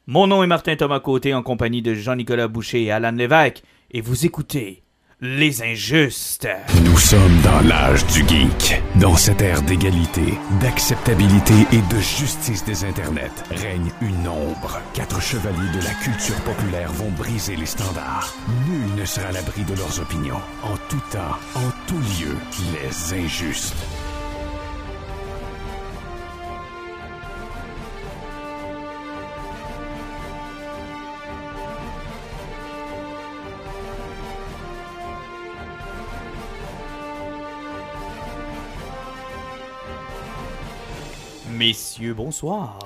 Mon nom est Martin Thomas Côté en compagnie de Jean-Nicolas Boucher et Alan Lévesque et vous écoutez Les Injustes. Nous sommes dans l'âge du geek. Dans cette ère d'égalité, d'acceptabilité et de justice des internets, règne une ombre. 4 chevaliers de la culture populaire vont briser les standards. Nul ne sera à l'abri de leurs opinions. En tout temps, en tout lieu, Les Injustes. Messieurs, bonsoir.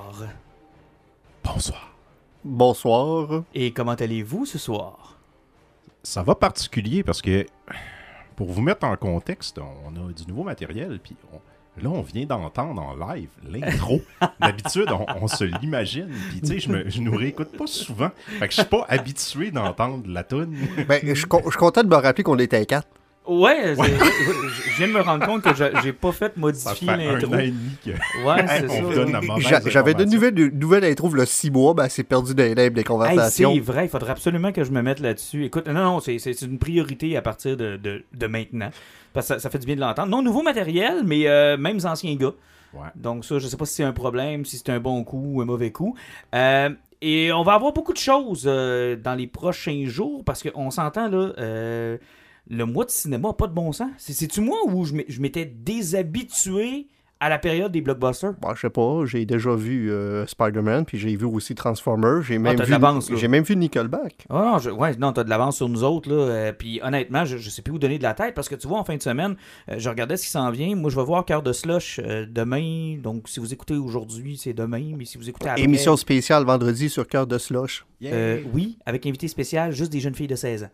Bonsoir. Bonsoir. Et comment allez-vous ce soir? Ça va particulier parce que, pour vous mettre en contexte, on a du nouveau matériel, puis là, on vient d'entendre en live l'intro. D'habitude, on se l'imagine, puis tu sais, je nous réécoute pas souvent. Fait que je suis pas habitué d'entendre la toune. Ben, je suis content de me rappeler qu'on était 4. Ouais, je viens de me rendre compte que j'ai pas fait modifier l'intro. Ça fait 1 an et demi Ouais, c'est qu'on vous ça. donne la mauvaise J'avais de information. nouvelles intros il y a 6 mois, ben c'est perdu dans les lèvres des Hey, conversations. c'est vrai, il faudrait absolument que je me mette là-dessus. Écoute, non, c'est une priorité à partir de maintenant. Parce que ça fait du bien de l'entendre. Non, nouveau matériel, mais mêmes anciens gars. Ouais. Donc ça, je sais pas si c'est un problème, si c'est un bon coup ou un mauvais coup. Et on va avoir beaucoup de choses dans les prochains jours, parce qu'on s'entend là... le mois de cinéma n'a pas de bon sens. C'est-tu moi où je m'étais déshabitué à la période des blockbusters? Bon, je sais pas, j'ai déjà vu Spider-Man, puis j'ai vu aussi Transformers, j'ai t'as de l'avance, là. même vu Nickelback. Ah non, non, t'as de l'avance sur nous autres, là. Puis honnêtement, je sais plus où donner de la tête, parce que tu vois, en fin de semaine, je regardais ce qui s'en vient. Moi, je vais voir Cœur de Slush demain. Donc, si vous écoutez aujourd'hui, c'est demain. Mais si vous écoutez après... Émission spéciale vendredi sur Cœur de Slush. Oui, avec invité spécial, juste des jeunes filles de 16 ans.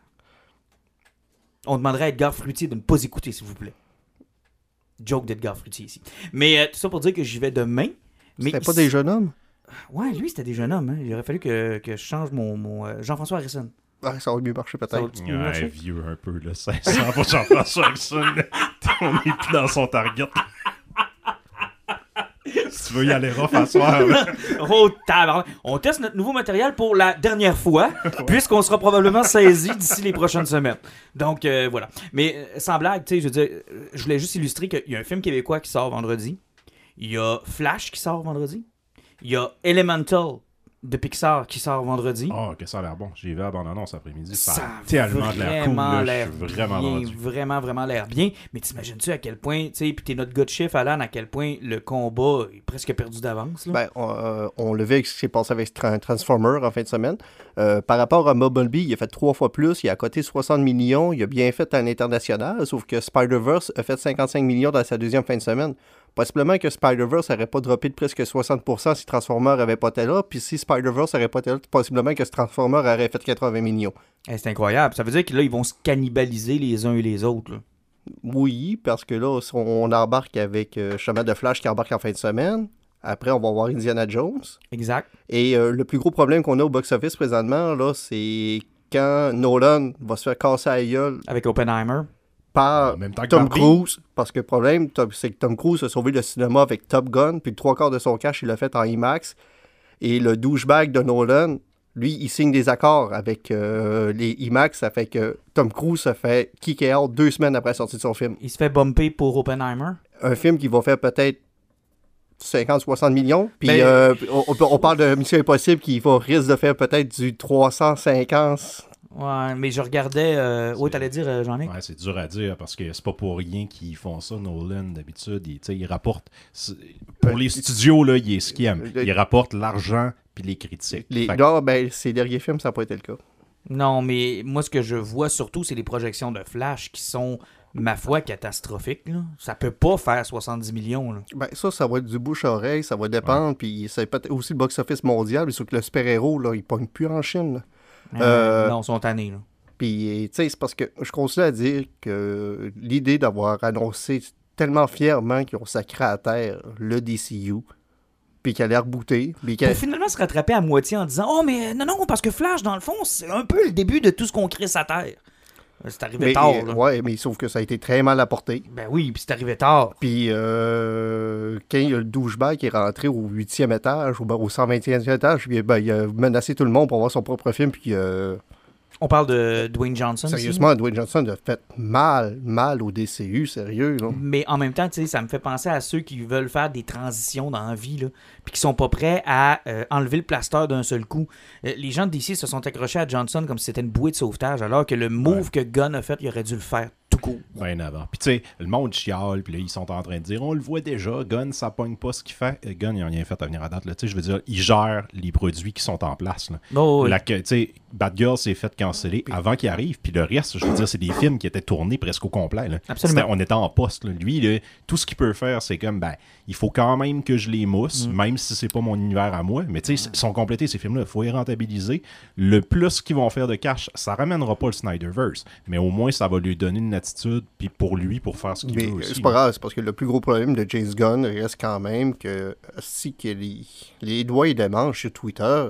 On demanderait à Edgar Fruitier de ne pas écouter, s'il vous plaît. Joke d'Edgar Fruitier ici. Mais tout ça pour dire que j'y vais demain. C'était pas des jeunes hommes? Ouais, lui, c'était des jeunes hommes. Hein. Il aurait fallu que je change mon Jean-François Harrison. Ah, ça aurait mieux marché Ça peut-être. aurait mieux marché. Ouais, vieux un peu, là. Ça sent pas Jean-François Harrison. On est plus dans son target. Si tu veux y aller rough à soir, là. Oh, tabarnak. On teste notre nouveau matériel pour la dernière fois, puisqu'on sera probablement saisi d'ici les prochaines semaines. Donc, voilà. Mais sans blague, tu sais, je veux dire, je voulais juste illustrer qu'il y a un film québécois qui sort vendredi. Il y a Flash qui sort vendredi. Il y a Elemental de Pixar qui sort vendredi. Oh, que ça a l'air bon. J'ai vu la bande-annonce après-midi. Ça Ça a tellement de l'air cool, là. Je suis vraiment bien, vendu. vraiment l'air bien. Mais t'imagines-tu à quel point, tu sais, puis t'es notre gars de chiffre, Alan, à quel point le combat est presque perdu d'avance, là? Ben, on le vu avec ce qui s'est passé avec Transformers en fin de semaine. Par rapport à Bumblebee, il a fait 3 fois plus. Il a coté 60 millions. Il a bien fait à l'international, sauf que Spider-Verse a fait 55 millions dans sa deuxième fin de semaine. Possiblement que Spider-Verse n'aurait pas droppé de presque 60% si Transformers n'avait pas été là. Puis si Spider-Verse n'aurait pas été là, possiblement que Transformers aurait fait 80 millions. C'est incroyable. Ça veut dire que là, ils vont se cannibaliser les uns et les autres, là. Oui, parce que là, on embarque avec Chemin de Flash qui embarque en fin de semaine. Après, on va voir Indiana Jones. Exact. Et le plus gros problème qu'on a au box-office présentement, là, c'est quand Nolan va se faire casser la gueule Avec Oppenheimer. par En même temps que Tom Barbie. Cruise. Parce que le problème, c'est que Tom Cruise a sauvé le cinéma avec Top Gun, puis le 3/4 de son cash, il l'a fait en IMAX. Et le douchebag de Nolan, lui, il signe des accords avec les IMAX. Ça fait que Tom Cruise se fait kick out 2 semaines après la sortie de son film. Il se fait bumper pour Oppenheimer. Un film qui va faire peut-être 50-60 millions. Puis Ben- on parle de Mission Impossible qui risque de faire peut-être du 350. Ouais, mais je regardais... Oui, t'allais dire, Jean-Nic? Ouais, c'est dur à dire parce que c'est pas pour rien qu'ils font ça, Nolan, d'habitude. Ils rapportent. Pour les studios, là, il est ce qu'ils aiment. Ils rapportent l'argent puis les critiques. Fait que- Non, ben, ces derniers films, ça n'a pas été le cas. Non, mais moi, ce que je vois surtout, c'est les projections de Flash qui sont, ma foi, catastrophiques, là. Ça peut pas faire 70 millions, là. Ben, ça va être du bouche-oreille, ça va dépendre. Puis ça peut être aussi le box-office mondial. Mais sauf que le super-héros, là, il pogne plus en Chine. Là. Non, ils sont tannés, là. Puis, tu sais, c'est parce que je continue à dire que l'idée d'avoir annoncé tellement fièrement qu'ils ont sacré à terre le DCU, puis qu'elle allait rebooter, puis Pour finalement se rattraper à moitié en disant « Oh, mais non, parce que Flash, dans le fond, c'est un peu le début de tout ce qu'on crée sa terre. » C'est arrivé tard, là. Ouais, mais sauf que ça a été très mal apporté. Ben oui, puis c'est arrivé tard. Puis quand il y a le douchebag qui est rentré au 8e étage, ou au 120e étage, puis, il a menacé tout le monde pour voir son propre film, puis... On parle de Dwayne Johnson. Sérieusement, Dwayne Johnson a fait mal au DCU, sérieux. Là. Mais en même temps, tu sais, ça me fait penser à ceux qui veulent faire des transitions dans la vie, là, puis qui sont pas prêts à enlever le plaster d'un seul coup. Les gens de DC se sont accrochés à Johnson comme si c'était une bouée de sauvetage, alors que le move que Gunn a fait, il aurait dû le faire tout court. Bien avant. Puis tu sais, le monde chiale, puis là, ils sont en train de dire, on le voit déjà, Gunn, ça pogne pas ce qu'il fait. Gunn, il n'a rien fait à venir à date. Tu sais, je veux dire, il gère les produits qui sont en place. Là. Oh, oui. Tu sais, Batgirl s'est fait canceller avant qu'il arrive, puis le reste, je veux dire, c'est des films qui étaient tournés presque au complet. Là. Absolument. On était en poste. Là. Lui, là, tout ce qu'il peut faire, c'est comme, ben, il faut quand même que je les mousse, même si c'est pas mon univers à moi. Mais tu sais, ils sont complétés, ces films-là. Il faut les rentabiliser. Le plus qu'ils vont faire de cash, ça ramènera pas le Snyderverse, mais au moins, ça va lui donner une attitude, puis pour lui, pour faire ce qu'il veut aussi. C'est pas grave, c'est parce que le plus gros problème de James Gunn reste quand même que si que les doigts et les manches sur Twitter...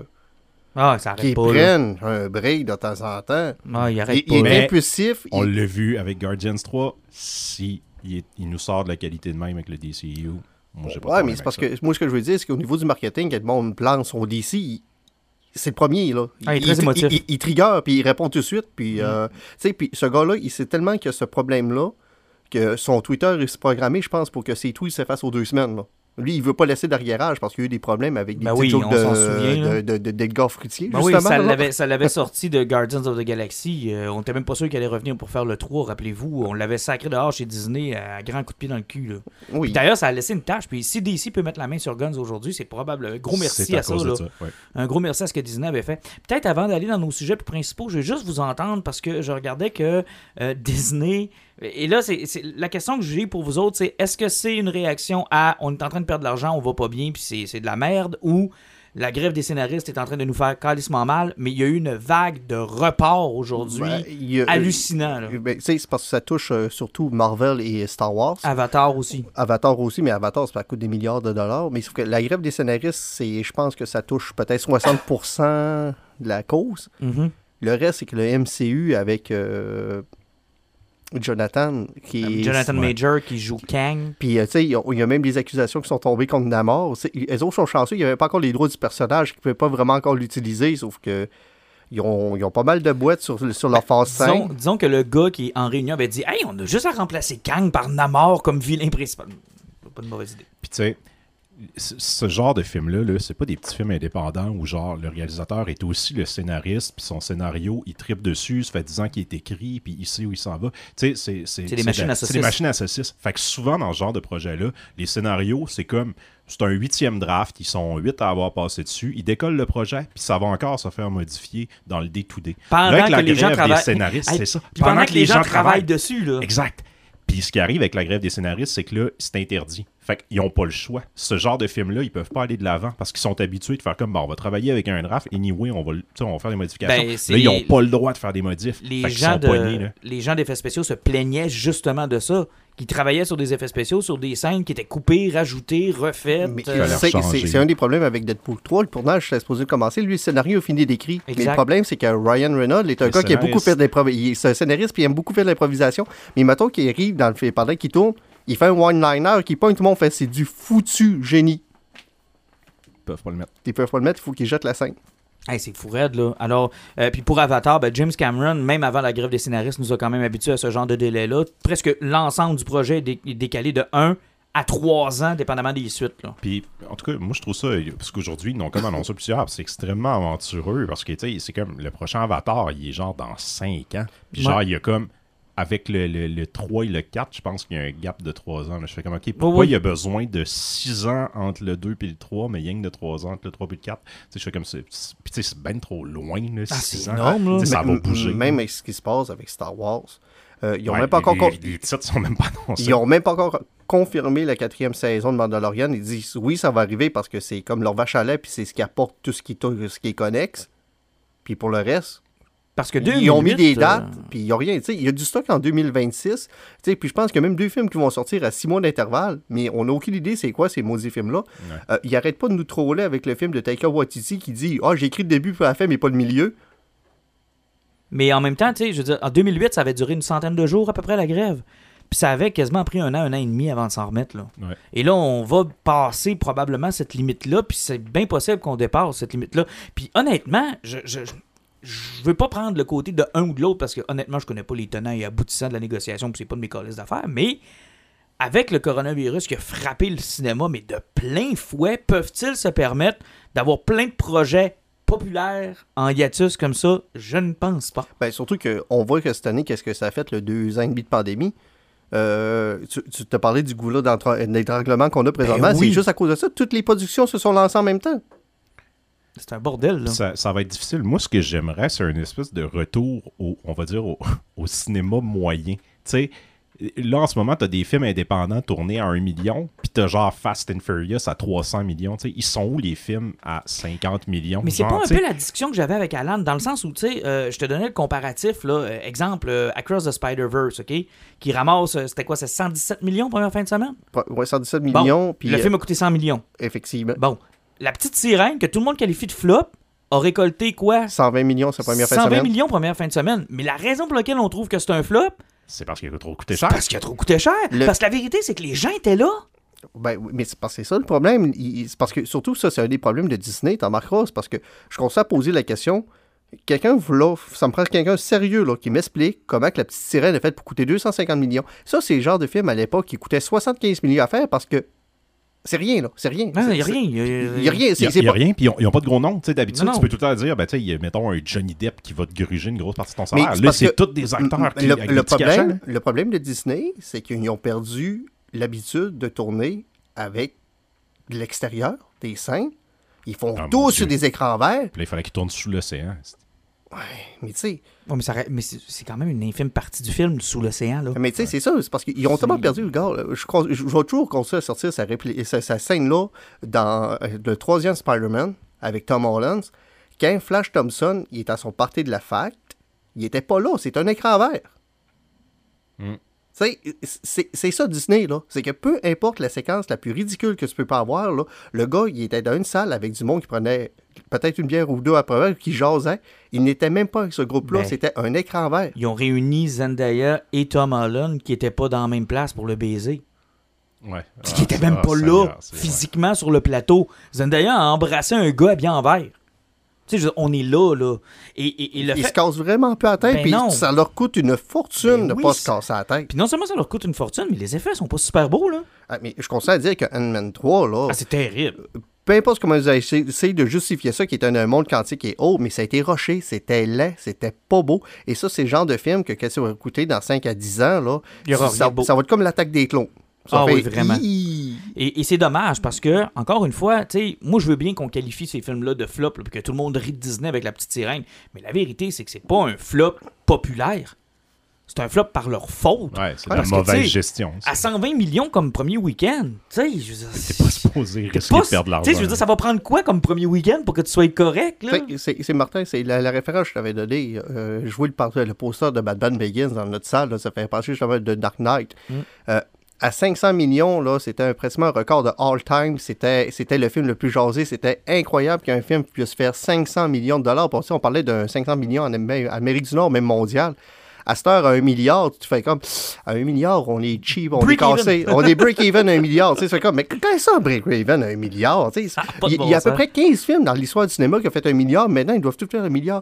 Ça arrête qui pas. prennent un break de temps en temps. Il arrête pas. Il est impulsif. On l'a vu avec Guardians 3. Si il nous sort de la qualité de même avec le DCU, moi, j'ai pas de problème mais c'est parce avec que moi, ce que je veux dire, c'est qu'au niveau du marketing, quand le monde plante son DC, c'est le premier, là. Il est très émotif. Il trigger, puis il répond tout de suite. Puis, tu sais, puis ce gars-là, il sait tellement qu'il y a ce problème-là que son Twitter est programmé, je pense, pour que ses tweets s'effacent aux 2 semaines, là. Lui, il veut pas laisser d'arriérage parce qu'il y a eu des problèmes avec des petits jokes d'Edgar Fruitier, justement. Ça l'avait sorti de Guardians of the Galaxy. On n'était même pas sûr qu'il allait revenir pour faire le 3, rappelez-vous. On l'avait sacré dehors chez Disney à grand coup de pied dans le cul. Là. Oui. Puis d'ailleurs, ça a laissé une tâche. Puis si DC peut mettre la main sur Guns aujourd'hui, c'est probable. Un gros merci à ça. Là. Un gros merci à ce que Disney avait fait. Peut-être avant d'aller dans nos sujets plus principaux, je vais juste vous entendre parce que je regardais que Disney... Et là, c'est la question que j'ai pour vous autres, c'est est-ce que c'est une réaction à on est en train de perdre de l'argent, on va pas bien, puis c'est de la merde, ou la grève des scénaristes est en train de nous faire calissement mal, mais il y a eu une vague de report aujourd'hui hallucinant. C'est parce que ça touche surtout Marvel et Star Wars. Avatar aussi, mais Avatar, ça coûte des milliards de dollars. Mais sauf que la grève des scénaristes, je pense que ça touche peut-être 60% de la cause. Mm-hmm. Le reste, c'est que le MCU avec... Jonathan Major qui joue Kang. Puis, tu sais, il y a même des accusations qui sont tombées contre Namor. Eux autres sont chanceux, il n'y avait pas encore les droits du personnage, qui ne pouvaient pas vraiment encore l'utiliser, sauf que ils ont pas mal de boîtes sur leur phase 5. Disons que le gars qui est en réunion avait dit « Hey, on a juste à remplacer Kang par Namor comme vilain principal. » Pas de mauvaise idée. Puis, tu sais, ce genre de film-là, c'est pas des petits films indépendants où genre le réalisateur est aussi le scénariste, puis son scénario, il tripe dessus, ça fait 10 ans qu'il est écrit, puis il sait où il s'en va. Tu sais, c'est des machines à saucisses. C'est des machines à saucisses. Fait que souvent, dans ce genre de projet-là, les scénarios, c'est comme, c'est un 8e draft, ils sont 8 à avoir passé dessus, ils décollent le projet, puis ça va encore se faire modifier dans le day-to-day. Pendant que les gens travaillent... scénaristes, c'est ça. Pendant que les gens travaillent dessus, là. Exact. Puis ce qui arrive avec la grève des scénaristes, c'est que là, c'est interdit. Fait qu'ils n'ont pas le choix. Ce genre de film-là, ils peuvent pas aller de l'avant parce qu'ils sont habitués de faire comme, on va travailler avec un draft, anyway, on va faire des modifications. Là, ils n'ont pas le droit de faire des modifs. Les gens d'effets spéciaux se plaignaient justement de ça, qui travaillaient sur des effets spéciaux, sur des scènes qui étaient coupées, rajoutées, refaites. C'est un des problèmes avec Deadpool 3. Le tournage était supposé commencer. Lui, le scénario a fini d'écrit. Mais le problème, c'est que Ryan Reynolds est un gars qui a beaucoup fait de l'improvisation. C'est un scénariste puis il aime beaucoup faire de l'improvisation. Mais mettons qu'il arrive dans le film, pendant qu'il tourne, il fait un one-liner qui pointe tout le monde, fait c'est du foutu génie. Ils peuvent pas le mettre. Ils peuvent pas le mettre, il faut qu'il jette la scène. Hey, c'est fou raide, là. Alors, puis pour Avatar, James Cameron, même avant la grève des scénaristes, nous a quand même habitués à ce genre de délai-là. Presque l'ensemble du projet est décalé de 1 à 3 ans, dépendamment des suites, là. Puis, en tout cas, moi, je trouve ça, parce qu'aujourd'hui, ils ont comme annoncé plusieurs, c'est extrêmement aventureux, parce que, tu sais, c'est comme, le prochain Avatar, il est genre dans 5 ans. Puis genre, il y a comme... Avec le 3 et le 4, je pense qu'il y a un gap de 3 ans. Là. Je fais comme, OK, pourquoi il y a besoin de 6 ans entre le 2 et le 3, mais il y a que de 3 ans entre le 3 et le 4? Je fais comme ça. Puis, tu sais, c'est bien trop loin, là, 6 ans. Énorme, là. Ça va bouger. Même avec ce qui se passe avec Star Wars, ils ont même pas encore... Les titres sont même pas annoncés. Ils n'ont même pas encore confirmé la 4e saison de Mandalorian. Ils disent, oui, ça va arriver parce que c'est comme leur vache à lait, puis c'est ce qui apporte tout ce qui est connexe. Puis pour le reste... Parce que 2008, ils ont mis des dates, puis il n'y a rien. Il y a du stock en 2026. Puis je pense qu'il y a même 2 films qui vont sortir à 6 mois d'intervalle, mais on n'a aucune idée c'est quoi ces maudits films-là. Ils n'arrêtent pas de nous troller avec le film de Taika Waititi qui dit « Ah, j'ai écrit le début puis la fin, mais pas le milieu. » Mais en même temps, tu sais, je veux dire, en 2008, ça avait duré une centaine de jours à peu près la grève. Puis ça avait quasiment pris un an et demi avant de s'en remettre. Là. Ouais. Et là, on va passer probablement cette limite-là, puis c'est bien possible qu'on dépasse cette limite-là. Puis honnêtement, je veux pas prendre le côté de un ou de l'autre, parce que honnêtement, je connais pas les tenants et aboutissants de la négociation, puis c'est pas de mes calices d'affaires, mais avec le coronavirus qui a frappé le cinéma, mais de plein fouet, peuvent-ils se permettre d'avoir plein de projets populaires en hiatus comme ça? Je ne pense pas. Ben, surtout qu'on voit que cette année, qu'est-ce que ça a fait, le 2 ans et demi de pandémie? Tu t'as parlé du goût d'étranglement qu'on a présentement. Oui. C'est juste à cause de ça. Toutes les productions se sont lancées en même temps. C'est un bordel, là. Ça va être difficile. Moi, ce que j'aimerais, c'est une espèce de retour on va dire, au cinéma moyen. Tu sais, là, en ce moment, t'as des films indépendants tournés à 1 million, puis t'as genre Fast and Furious à 300 millions. Tu sais, ils sont où les films à 50 millions? Mais c'est genre, pas un t'sais, peu la discussion que j'avais avec Alan, dans le sens où, tu sais, je te donnais le comparatif, là, exemple, Across the Spider-Verse, OK, qui ramasse, c'était quoi, c'est 117 millions première fin de semaine? Ouais, 117 millions. Bon, Puis, le film a coûté 100 millions. effectivement. Bon, La Petite Sirène, que tout le monde qualifie de flop, a récolté quoi? 120 millions sa première fin de 120 semaine. millions première fin de semaine. Mais la raison pour laquelle on trouve que c'est un flop, c'est parce qu'il a trop coûté c'est cher. parce qu'il a trop coûté cher. Parce que la vérité, c'est que les gens étaient là. Ben, oui, mais c'est parce que c'est ça le problème. C'est parce que, surtout, ça, c'est un des problèmes de Disney, t'en marqueras. C'est parce que je commence à poser la question. Ça me prend quelqu'un sérieux là, qui m'explique comment que La Petite Sirène est faite pour coûter 250 millions. Ça, c'est le genre de film à l'époque qui coûtait 75 millions à faire parce que c'est rien, là. C'est rien. Non, il n'y a rien. Il y a rien. Il n'y a rien, puis ils n'ont pas de gros noms. D'habitude, Non. tu peux tout le temps dire, ben, tu sais, mettons un Johnny Depp qui va te gruger une grosse partie de ton salaire. c'est Là, parce c'est que tous des acteurs qui avec des petits cachets. le problème de Disney, c'est qu'ils ont perdu l'habitude de tourner avec de l'extérieur, des scènes. Ils font Ah, mon tout Dieu. sur des écrans verts. Puis là, il fallait qu'ils tournent sous l'océan. Mais tu sais, Ouais, mais c'est quand même une infime partie du film, sous l'océan. Là. c'est ça. C'est parce qu'ils ont tellement perdu le gars. Là. Je vais toujours continuer à sortir sa scène-là dans le 3e Spider-Man avec Tom Holland. Quand Flash Thompson il est à son party de la fac, il était pas là. C'est un écran vert. Mm. C'est ça Disney, là. C'est que peu importe la séquence la plus ridicule que tu peux pas avoir, là, le gars, il était dans une salle avec du monde qui prenait peut-être une bière ou deux après, qui jasait. Il n'était même pas avec ce groupe-là, Ben, c'était un écran vert. Ils ont réuni Zendaya et Tom Holland qui n'étaient pas dans la même place pour le baiser. Ouais. Qui n'étaient même pas là, physiquement, sur le plateau. Zendaya a embrassé un gars habillé en vert. Tu sais, on est là, là. Et le Ils fait... se cassent vraiment un peu la tête, Ben puis non. ça leur coûte une fortune Ben de oui, pas se casser la tête. Puis non seulement ça leur coûte une fortune, mais les effets sont pas super beaux, là. Ah, mais je conseille à dire que Ant-Man 3, là, Ah, c'est terrible. peu importe comment ils ont essayé de justifier ça, qui est un monde quantique et haut, mais ça a été rushé, c'était laid, c'était pas beau. Et ça, c'est le genre de film que quand ça va coûter dans 5 à 10 ans, là, Il y aura rien ça de beau. va être comme l'attaque des clones. Ça Ah fait oui, vraiment. Hi! Et c'est dommage parce que, encore une fois, tu sais, moi je veux bien qu'on qualifie ces films-là de flop, là, puis que tout le monde rit de Disney avec La Petite Sirène. Mais la vérité, c'est que c'est pas un flop populaire. C'est un flop par leur faute. Ouais, c'est de la Parce que, mauvaise tu sais, gestion. À 120 millions comme premier week-end, tu sais, je veux dire. T'es pas supposé t'es risquer pas- de perdre de Tu l'argent. sais, je veux dire, ça va prendre quoi comme premier week-end pour que tu sois correct, là? C'est Martin, c'est la référence que je t'avais donnée. Je vois le poster de Batman Begins dans notre salle, là, ça fait penser justement de Dark Knight. À 500 millions, là, c'était pratiquement un record de all-time. C'était le film le plus jasé. C'était incroyable qu'un film puisse faire 500 millions de dollars. Pour ça, on parlait de 500 millions en Amérique du Nord, même mondial. À cette heure, à 1 milliard, tu fais comme, à 1 milliard, on est cheap, on est cassé. On est break-even à 1 milliard. Tu sais, c'est comme, mais qu'est-ce ça, break-even à 1 milliard? Tu sais, pas de il y a à peu bon près 15 films dans l'histoire du cinéma qui ont fait 1 milliard. Maintenant, ils doivent tous faire 1 milliard.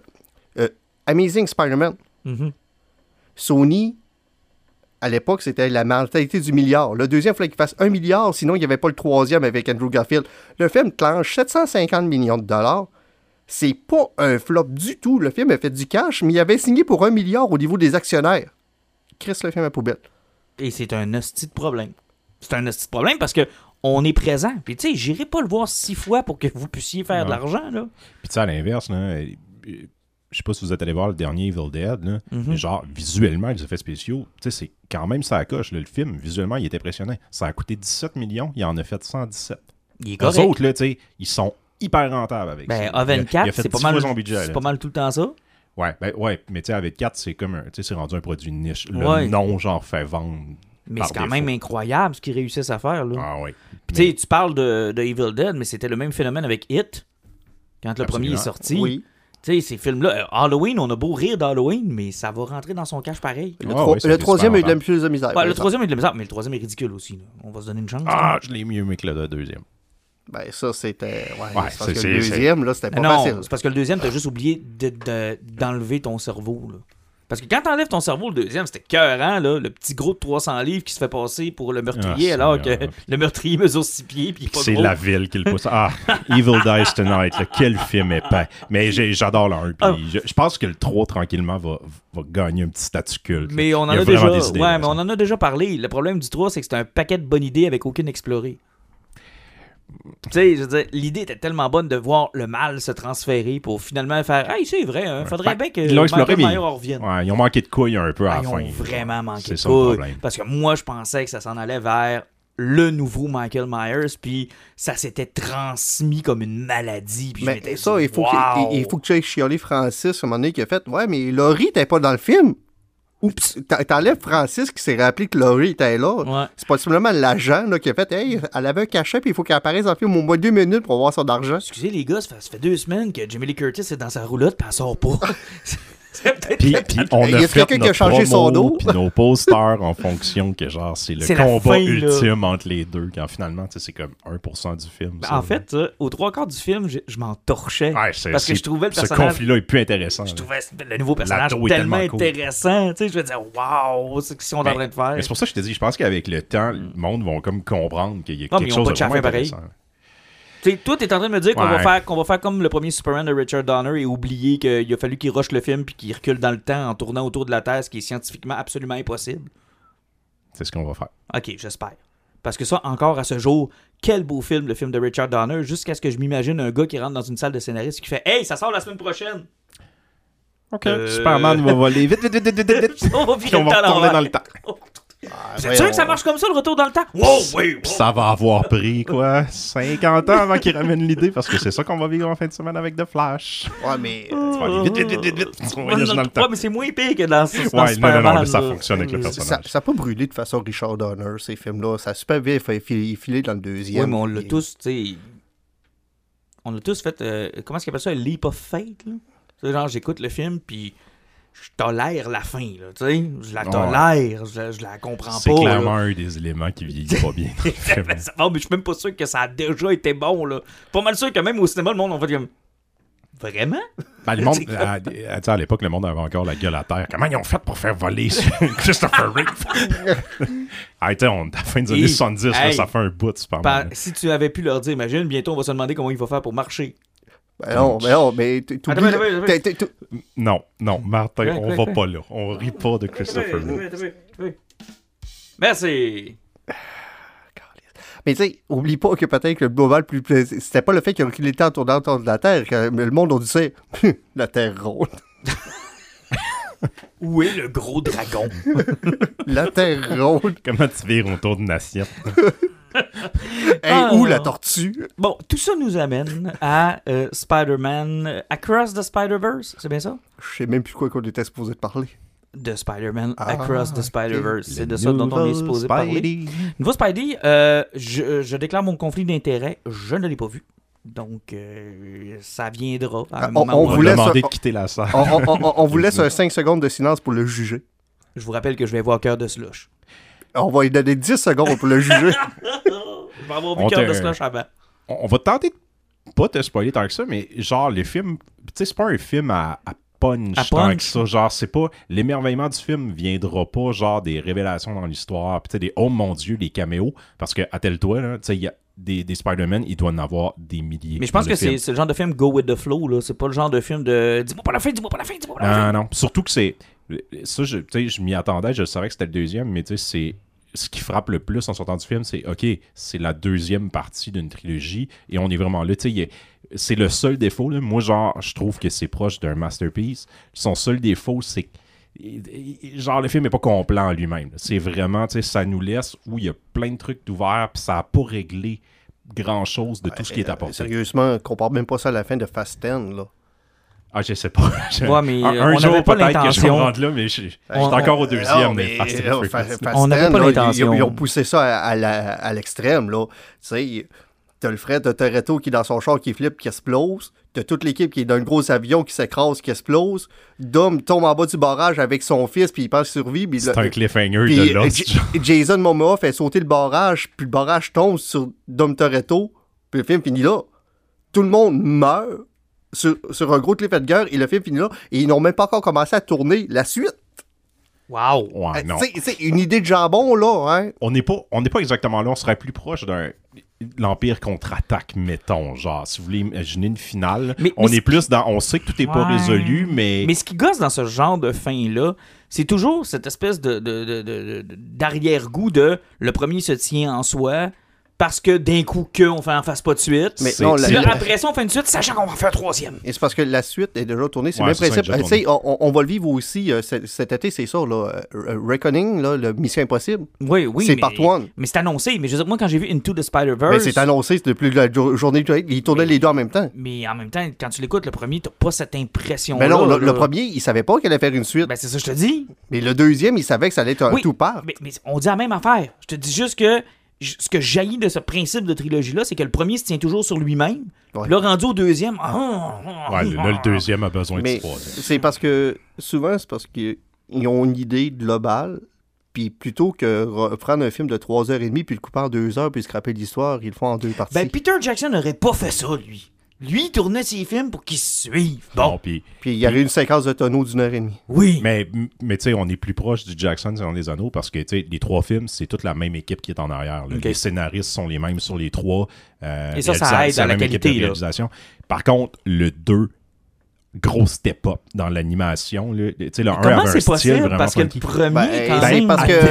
Amazing Spider-Man. Mhm. Sony, à l'époque, c'était la mentalité du milliard. Le deuxième, il fallait qu'il fasse 1 milliard, sinon il n'y avait pas le troisième avec Andrew Garfield. Le film clenche 750 millions de dollars. C'est pas un flop du tout. Le film a fait du cash, mais il avait signé pour 1 milliard au niveau des actionnaires. Chris, le film à poubelle. Et c'est un hostie de problème. C'est un hostie de problème parce que on est présent. Puis tu sais, j'irai pas le voir 6 fois pour que vous puissiez faire de Non. l'argent, là. Puis tu sais, à l'inverse, là, je sais pas si vous êtes allé voir le dernier Evil Dead, là, Mhm. mais genre, visuellement, les effets spéciaux, tu sais, c'est quand même ça coche. Là, le film, visuellement, il est impressionnant. Ça a coûté 17 millions, il en a fait 117. Il est Les correct. autres, là, tu sais, ils sont hyper rentables avec Ben, ça. Il a A24, fait c'est pas 10 mal. fois son budget, C'est là. pas mal tout le temps ça. Ouais, mais tu sais, avec 4, c'est comme un, tu sais, c'est rendu un produit niche. Le Ouais. nom, genre, fait vendre. Mais par c'est quand défaut. même incroyable ce qu'ils réussissent à faire, là. Ah oui. Puis tu sais, tu parles de Evil Dead, mais c'était le même phénomène avec It. Quand le premier est Absolument. sorti. Oui. Tu sais, ces films-là, Halloween, on a beau rire d'Halloween, mais ça va rentrer dans son cache pareil. Le troisième a eu de la plus de misère. Ouais, le troisième a eu de la misère, mais le troisième est ridicule aussi. Là. On va se donner une chance. Ah, je l'ai mieux aimé que le deuxième. Ben, ça, c'était. Ouais, Ouais, c'est parce que le deuxième, là, c'était pas non, facile. c'est parce que le deuxième, t'as juste oublié d'enlever ton cerveau, là. Parce que quand t'enlèves ton cerveau, le deuxième, c'était cœurant, là, le petit gros de 300 livres qui se fait passer pour le meurtrier, alors que le meurtrier mesure 6 pieds, puis pas c'est gros. la ville qui le pousse. Ah, Evil Dies Tonight, là, quel film épais. Mais j'adore le 1, puis je pense que le 3, tranquillement, va gagner un petit statut culte. Mais on en a déjà, mais on en a déjà parlé. Le problème du 3, c'est que c'est un paquet de bonnes idées avec aucune explorée. Tu sais, je veux dire, l'idée était tellement bonne de voir le mal se transférer pour finalement faire « Hey, c'est vrai, hein, faudrait bien que Michael Myers revienne. » Ouais, ils ont manqué de couilles un peu à la fin. Ils ont vraiment manqué de ça couilles. Parce que moi, je pensais que ça s'en allait vers le nouveau Michael Myers, puis ça s'était transmis comme une maladie. Puis mais ça, il faut que tu ailles chialer Francis à un moment donné qui a fait « Ouais, mais Laurie t'es pas dans le film. » Oups, t'enlèves Francis qui s'est rappelé que Laurie était là. Ouais. C'est possiblement l'agent là, qui a fait « Hey, elle avait un cachet, puis il faut qu'elle apparaisse dans le film au moins 2 minutes pour avoir son argent. » Excusez les gars, ça fait 2 semaines que Jamie Lee Curtis est dans sa roulotte, puis elle sort pas. Puis on a fait quelqu'un qui a changé son dos. Puis nos posters en fonction que genre c'est le combat ultime entre les deux quand finalement c'est comme 1% du film. Ben, en fait, aux 3/4 du film, je m'en torchais. Ouais, parce que je trouvais le personnage. Ce conflit-là est plus intéressant. Je trouvais le nouveau personnage tellement intéressant. Tu sais, je me disais, waouh, c'est ce qu'ils sont en train de faire. Mais c'est pour ça que je te dis, je pense qu'avec le temps, le monde va comme comprendre qu'il y a quelque chose de vraiment intéressant. T'sais, toi, t'es en train de me dire qu'on va faire comme le premier Superman de Richard Donner et oublier qu'il a fallu qu'il rush le film puis qu'il recule dans le temps en tournant autour de la Terre, ce qui est scientifiquement absolument impossible. C'est ce qu'on va faire. Ok, j'espère. Parce que ça, encore à ce jour, quel beau film, le film de Richard Donner, jusqu'à ce que je m'imagine un gars qui rentre dans une salle de scénariste qui fait « Hey, ça sort la semaine prochaine! » Ok, Superman va voler vite. On va puis on va retourner dans le temps. Vous êtes sûr que ça marche comme ça, le retour dans le temps? Wow, oui, wow. Ça va avoir pris, 50 ans avant qu'il ramène l'idée, parce que c'est ça qu'on va vivre en fin de semaine avec The Flash. Ouais, mais... tu vas aller vite. On va dans le temps. Ouais, mais c'est moins pire que dans Superman. Non, mais ça fonctionne avec le personnage. Ça n'a pas brûlé de façon Richard Donner, ces films-là. Ça a super bien filé dans le deuxième. Oui, mais on l'a tous, tu sais... On l'a tous fait... comment est-ce qu'on appelle ça? Un leap of faith, là? C'est genre, j'écoute le film, puis... Je tolère la fin, là, tu sais. Je la tolère, je la comprends pas. C'est clairement un des éléments qui vieillit pas bien dans le film. Non, mais je suis même pas sûr que ça a déjà été bon, là. Pas mal sûr que même au cinéma, le monde, on fait comme... Vraiment? Ben, le monde, à l'époque, le monde avait encore la gueule à terre. Comment ils ont fait pour faire voler Christopher Reeve? À la fin des années 70, là, ça fait un bout, c'est pas mal. Si tu avais pu leur dire, imagine, bientôt, on va se demander comment il va faire pour marcher. Ben non, mais Non, Martin, on va pas là. On rit pas de Christopher Reeve. Merci. Mais tu sais, oublie pas que peut-être que le global plus plaisir, c'était pas le fait qu'il était en tournant autour de la Terre, que le monde on disait la Terre ronde. Où est le gros dragon? La Terre ronde. Comment tu vires autour d'une assiette? Où la tortue? Bon, tout ça nous amène à Spider-Man Across the Spider-Verse, c'est bien ça? Je sais même plus quoi qu'on était supposé de parler. De Spider-Man Across the Spider-Verse. C'est de ça dont on est supposé parler. Nouveau Spidey, je déclare mon conflit d'intérêt. Je ne l'ai pas vu. Donc, ça viendra à un moment où on va demander de quitter la salle. On vous laisse 5 secondes de silence pour le juger. Je vous rappelle que je vais voir Cœur de Slush. On va lui donner 10 secondes pour le juger. Je vais avoir vu Cœur de Slush avant. On va tenter de pas te spoiler tant que ça, mais genre, les films... Tu sais, c'est pas un film à punch tant que ça. Genre, c'est pas... L'émerveillement du film viendra pas, genre, des révélations dans l'histoire, pis tu sais, des « Oh mon Dieu », les caméos, parce que, attelle-toi, là, tu sais, il y a des Spider-Man, il doit en avoir des milliers. Mais je pense que c'est le genre de film go with the flow, là. C'est pas le genre de film de « Dis-moi pas la fin, dis-moi pas la fin, dis-moi pas la fin ». Non, surtout que c'est... Ça, je m'y attendais, je savais que c'était le deuxième, mais tu sais, c'est... Ce qui frappe le plus en sortant du film, c'est OK, c'est la deuxième partie d'une trilogie et on est vraiment là. Tu sais, c'est le seul défaut. Là. Moi, genre, je trouve que c'est proche d'un masterpiece. Son seul défaut, c'est que genre, le film n'est pas complet en lui-même. Là. C'est vraiment, tu sais, ça nous laisse où il y a plein de trucs ouverts puis ça n'a pas réglé grand-chose de tout ce qui est apporté. Sérieusement, compare même pas ça à la fin de Fast 10, là. Ah, je sais pas. Ouais, mais un on jour, n'avait pas peut-être que je vais l'intention. rendre là, mais je suis encore au deuxième. On n'avait pas l'intention. Ils ont poussé ça à l'extrême, là. Tu sais, T'as le frère de Toretto qui est dans son char qui flippe, qui explose. T'as toute l'équipe qui est dans un gros avion qui s'écrase, qui explose. Dom tombe en bas du barrage avec son fils, puis il pense survie. C'est un cliffhanger puis de Lost. Jason Momoa fait sauter le barrage, puis le barrage tombe sur Dom Toretto, puis le film finit là. Tout le monde meurt sur un gros cliffhanger, et le film finit là. Et ils n'ont même pas encore commencé à tourner la suite. Wow! Ouais, non. C'est une idée de jambon, là, hein? On n'est pas exactement là, on serait plus proche d'un l'Empire contre-attaque, mettons, genre, si vous voulez imaginer une finale, on est plus dans, on sait que tout n'est pas résolu, mais... Mais ce qui gosse dans ce genre de fin-là, c'est toujours cette espèce d'arrière-goût de le premier se tient en soi, parce que d'un coup on fasse pas de suite. Mais non, après ça, on fait une suite, sachant qu'on va faire un troisième. Et c'est parce que la suite est déjà tournée. C'est le même principe. On va le vivre aussi cet été, c'est ça, là, Reckoning, là, le Mission Impossible. Oui, c'est part 1. Mais c'est annoncé. Mais je veux dire, moi, quand j'ai vu Into the Spider-Verse... Mais c'est annoncé, c'est depuis la journée du ils tournaient les deux en même temps. Mais en même temps, quand tu l'écoutes, le premier, t'as pas cette impression-là. Mais non, le premier, il savait pas qu'il allait faire une suite. Ben c'est ça que je te dis. Mais le deuxième, il savait que ça allait être un two-part. Mais on dit la même affaire. Je te dis juste que ce que jaillit de ce principe de trilogie-là, c'est que le premier se tient toujours sur lui-même. Ouais. Là, rendu au deuxième... le deuxième a besoin de trois. C'est parce que... Souvent, c'est parce qu'ils ont une idée globale, puis plutôt que prendre un film de 3h30 puis le couper en 2 heures puis scraper l'histoire, ils le font en 2 parties. Ben, Peter Jackson n'aurait pas fait ça, lui. Lui, il tournait ses films pour qu'ils se suivent. Bon. Puis il y avait une séquence de tonneaux d'1h30. Oui. Mais tu sais, on est plus proche du Jackson dans les Anneaux parce que les 3 films, c'est toute la même équipe qui est en arrière. Okay. Les scénaristes sont les mêmes sur les 3. Et ça aide à la qualité. Par contre, le 2, gros step-up dans l'animation. Le 1 comment avait c'est possible? Style parce que le premier, quand même...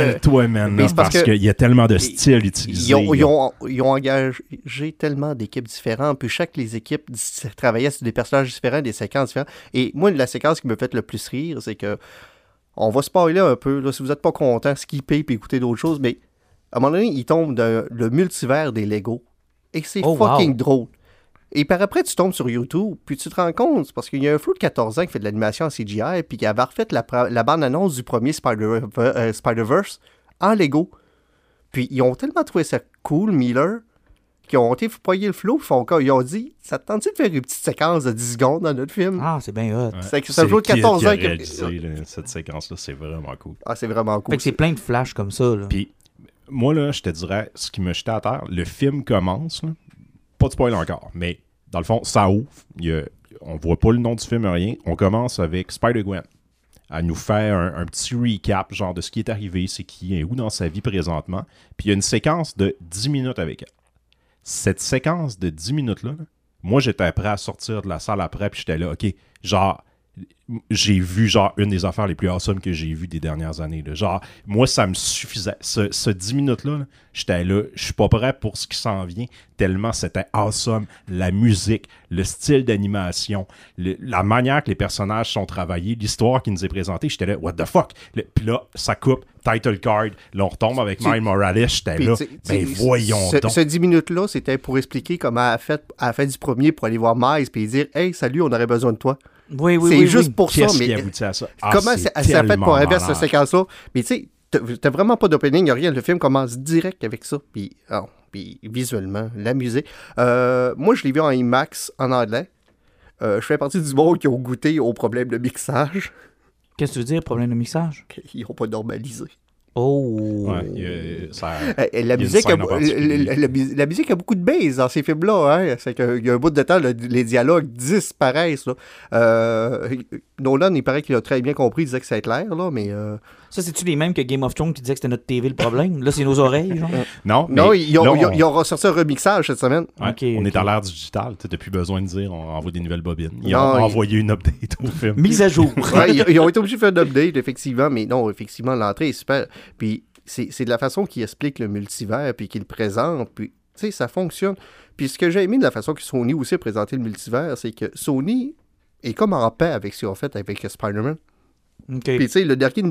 Parce qu'il y a tellement de styles utilisés. Ils ont engagé tellement d'équipes différentes, puis chaque les équipes travaillaient sur des personnages différents, des séquences différentes. Et moi, la séquence qui me fait le plus rire, c'est que on va spoiler un peu, là, si vous n'êtes pas content, skipper puis écouter d'autres choses, mais à un moment donné, il tombe dans le multivers des Lego. Et c'est fucking drôle. Et par après, tu tombes sur YouTube, puis tu te rends compte, parce qu'il y a un flou de 14 ans qui fait de l'animation en CGI, puis qui avait refait la bande-annonce du premier Spider-Verse en Lego. Puis ils ont tellement trouvé ça cool, Miller, qu'ils ont été poigner le flou, ils ont dit, ça te tente-tu de faire une petite séquence de 10 secondes dans notre film? Ah, c'est bien hot. C'est un flou de 14 ans. Cette séquence-là, c'est vraiment cool. Ah, c'est vraiment cool. Fait que c'est plein de flashs comme ça, là. Puis, moi, là, je te dirais, ce qui me jetait à terre, le film commence, là, pas de spoil encore, mais dans le fond, ça ouvre. On voit pas le nom du film, rien. On commence avec Spider-Gwen à nous faire un petit recap, genre de ce qui est arrivé, c'est qui est où dans sa vie présentement. Puis il y a une séquence de 10 minutes avec elle. Cette séquence de 10 minutes-là, moi, j'étais prêt à sortir de la salle après, puis j'étais là, OK, genre... J'ai vu genre une des affaires les plus awesome que j'ai vues des dernières années. Là. Genre, moi, ça me suffisait. Ce 10 minutes-là, j'étais là, je suis pas prêt pour ce qui s'en vient, tellement c'était awesome. La musique, le style d'animation, la manière que les personnages sont travaillés, l'histoire qui nous est présentée, j'étais là, what the fuck? Puis là, ça coupe, title card, là, on retombe avec Miles Morales, j'étais là, ben voyons donc. Ce 10 minutes-là, c'était pour expliquer comment elle a fait du premier pour aller voir Miles et dire, hey, salut, on aurait besoin de toi. Oui, c'est juste pour ça, mais qui aboutit à ça? Comment ça fait pour inverser cette séquence-là? Mais tu sais, t'as vraiment pas d'opening, rien. Le film commence direct avec ça. Puis visuellement, la musique. Moi, je l'ai vu en IMAX en anglais. Je fais partie du monde qui ont goûté au problème de mixage. Qu'est-ce que tu veux dire, problème de mixage? Ils n'ont pas normalisé. Oh! Ouais, la musique a beaucoup de base dans ces films-là. Hein? C'est qu'il y a un bout de temps, les dialogues disparaissent. Là. Nolan, il paraît qu'il a très bien compris, il disait que c'est clair, là, mais... Ça, c'est-tu les mêmes que Game of Thrones qui disait que c'était notre TV le problème? Là, c'est nos oreilles, genre? Non, ils ont ressorti un remixage cette semaine. Ouais, on est à l'ère digitale. Tu n'as plus besoin de dire on envoie des nouvelles bobines. Ils ont envoyé une update au film. Mise à jour. Ouais, ils ont été obligés de faire une update, effectivement, mais non, effectivement, l'entrée est super. Puis c'est de la façon qu'ils expliquent le multivers, puis qu'ils le présentent, puis tu sais, ça fonctionne. Puis ce que j'ai aimé de la façon que Sony aussi a présenté le multivers, c'est que Sony est comme en paix avec ce qu'ils ont fait avec Spider-Man. Okay. Puis tu sais, le dernier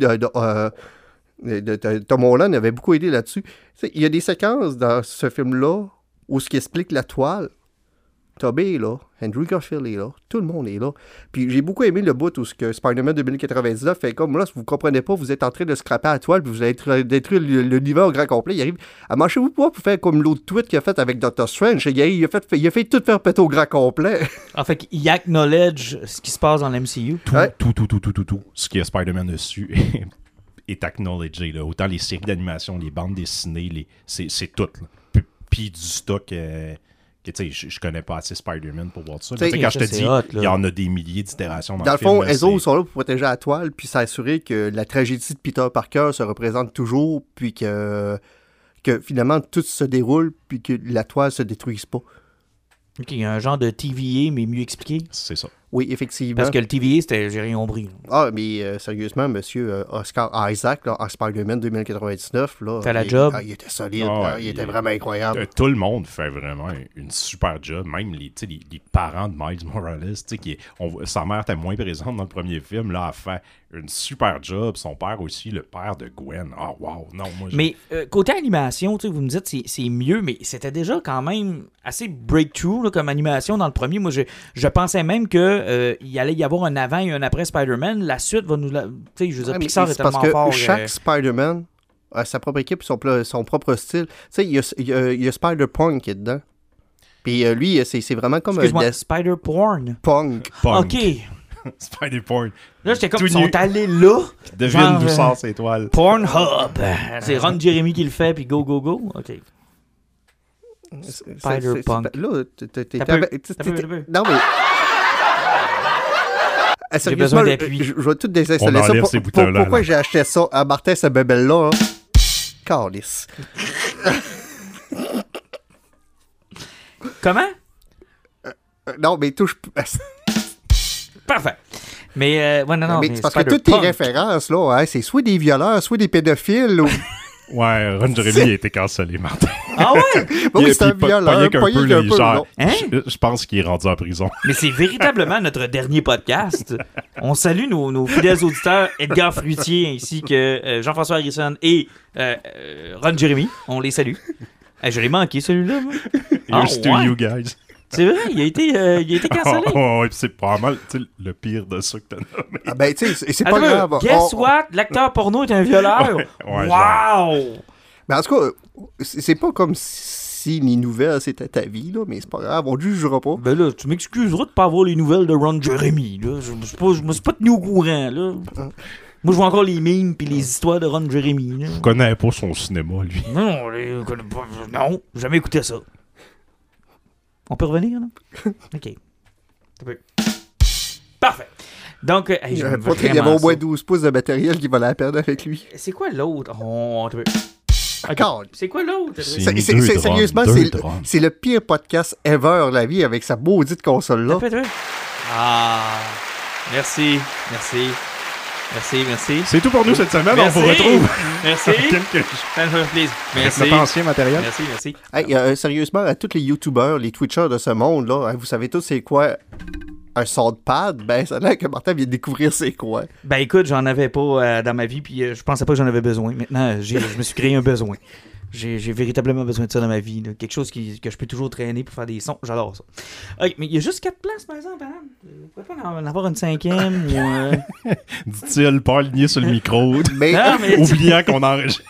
de Tom Holland avait beaucoup aidé là-dessus. Il y a des séquences dans ce film-là où ce qui explique la toile, Tobey est là, Andrew Garfield est là, tout le monde est là. Puis j'ai beaucoup aimé le bout où ce que Spider-Man 2099 fait comme là, si vous comprenez pas, vous êtes en train de scraper à la toile, puis vous allez détruire l'univers au grand complet. Il arrive à manchez-vous pas pour faire comme l'autre tweet qu'il a fait avec Doctor Strange. Il a fait tout faire péter au grand complet. En fait, il acknowledge ce qui se passe dans l'MCU. Tout. Ce qu'il y a Spider-Man dessus est acknowledgé. Là. Autant les séries d'animation, les bandes dessinées, c'est tout. Puis du stock... je connais pas assez Spider-Man pour voir ça. Quand je te dis, il y en a des milliers d'itérations dans le film. Dans le fond, les autres sont là pour protéger la toile, puis s'assurer que la tragédie de Peter Parker se représente toujours, puis que finalement tout se déroule, puis que la toile se détruise pas. OK, il y a un genre de TVA, mais mieux expliqué. C'est ça. Oui, effectivement. Parce que le TVA, c'était j'ai rien compris. Ah, mais sérieusement, monsieur Oscar Isaac, là, en Spider-Man 2099, là, fait la job. Il était solide, il était vraiment incroyable. Tout le monde fait vraiment une super job, même les parents de Miles Morales, sa mère était moins présente dans le premier film, là, a fait une super job, son père aussi, le père de Gwen. Ah, wow, non, moi... Mais côté animation, vous me dites c'est mieux, mais c'était déjà quand même assez breakthrough là, comme animation dans le premier. Moi, je pensais même que il allait y avoir un avant et un après Spider-Man. La suite va nous... je veux dire, Pixar est tellement parce que fort. Chaque Spider-Man a sa propre équipe et son propre style. Tu sais, il y a Spider-Punk qui est dedans. Puis lui, c'est vraiment comme... Excuse-moi, Spider-Porn. Punk. OK. Spider-Porn. Là, j'étais comme, ils sont allés là. Devine d'où sort cette étoile. Pornhub. C'est Ron Jeremy qui le fait, puis go, go, go. OK. Spider-Punk. Là, non, mais... J'ai besoin d'appui. Je vais tout désinstaller ça. Pourquoi j'ai acheté ça à Martin, cette bébelle-là? Calice. Comment? Non, mais touche... Parfait. Mais, non. Mais c'est parce que toutes tes références, là, hein, c'est soit des violeurs, soit des pédophiles, ou... Ouais, Ron Jeremy a été cancellé, Martin. Ah ouais? Oui, c'est un violeur. Je pense qu'il est rendu en prison. Mais c'est véritablement notre dernier podcast. On salue nos fidèles auditeurs, Edgar Fruitier, ainsi que Jean-François Harrison et Ron Jeremy. On les salue. Je l'ai manqué, celui-là. Here's to you guys. C'est vrai, il a été cancellé. Oh, c'est pas mal le pire de ça que t'as nommé. Ah ben, tu sais, c'est pas grave. Guess what? L'acteur porno est un violeur. Ouais, wow! Mais en tout cas, c'est pas comme si les nouvelles, c'était ta vie, là, mais c'est pas grave, on ne jugera pas. Ben là, tu m'excuseras de pas avoir les nouvelles de Ron Jeremy, là. Je me suis pas tenu au courant, là. Moi, je vois encore les mimes pis les histoires de Ron Jeremy, là. Je connais pas son cinéma, lui. Non, je connais pas. Non, j'ai jamais écouté ça. On peut revenir, là? OK. Parfait. Donc, il y avait au moins 12 pouces de matériel qui valait la peine avec lui. C'est quoi l'autre? C'est quoi l'autre? Sérieusement, c'est le pire podcast ever, la vie, avec sa maudite console-là. Ah, merci. C'est tout pour nous cette semaine. On vous retrouve. Merci. Ça me fait plaisir. Merci. Notre ancien matériel. Merci. Hey, sérieusement, à tous les YouTubers, les Twitchers de ce monde, là, hein, vous savez tous c'est quoi un soundpad? Ben, ça a l'air que Martin vient de découvrir c'est quoi. Ben, écoute, j'en avais pas dans ma vie, puis je pensais pas que j'en avais besoin. Maintenant, je me suis créé un besoin. J'ai véritablement besoin de ça dans ma vie. Là. Quelque chose que je peux toujours traîner pour faire des sons. J'adore ça. Okay, mais il y a juste 4 places, par exemple. Hein? Vous pouvez pas en avoir une 5e ou... Dit-il, pas aligné sur le micro. mais oubliant qu'on enregistre.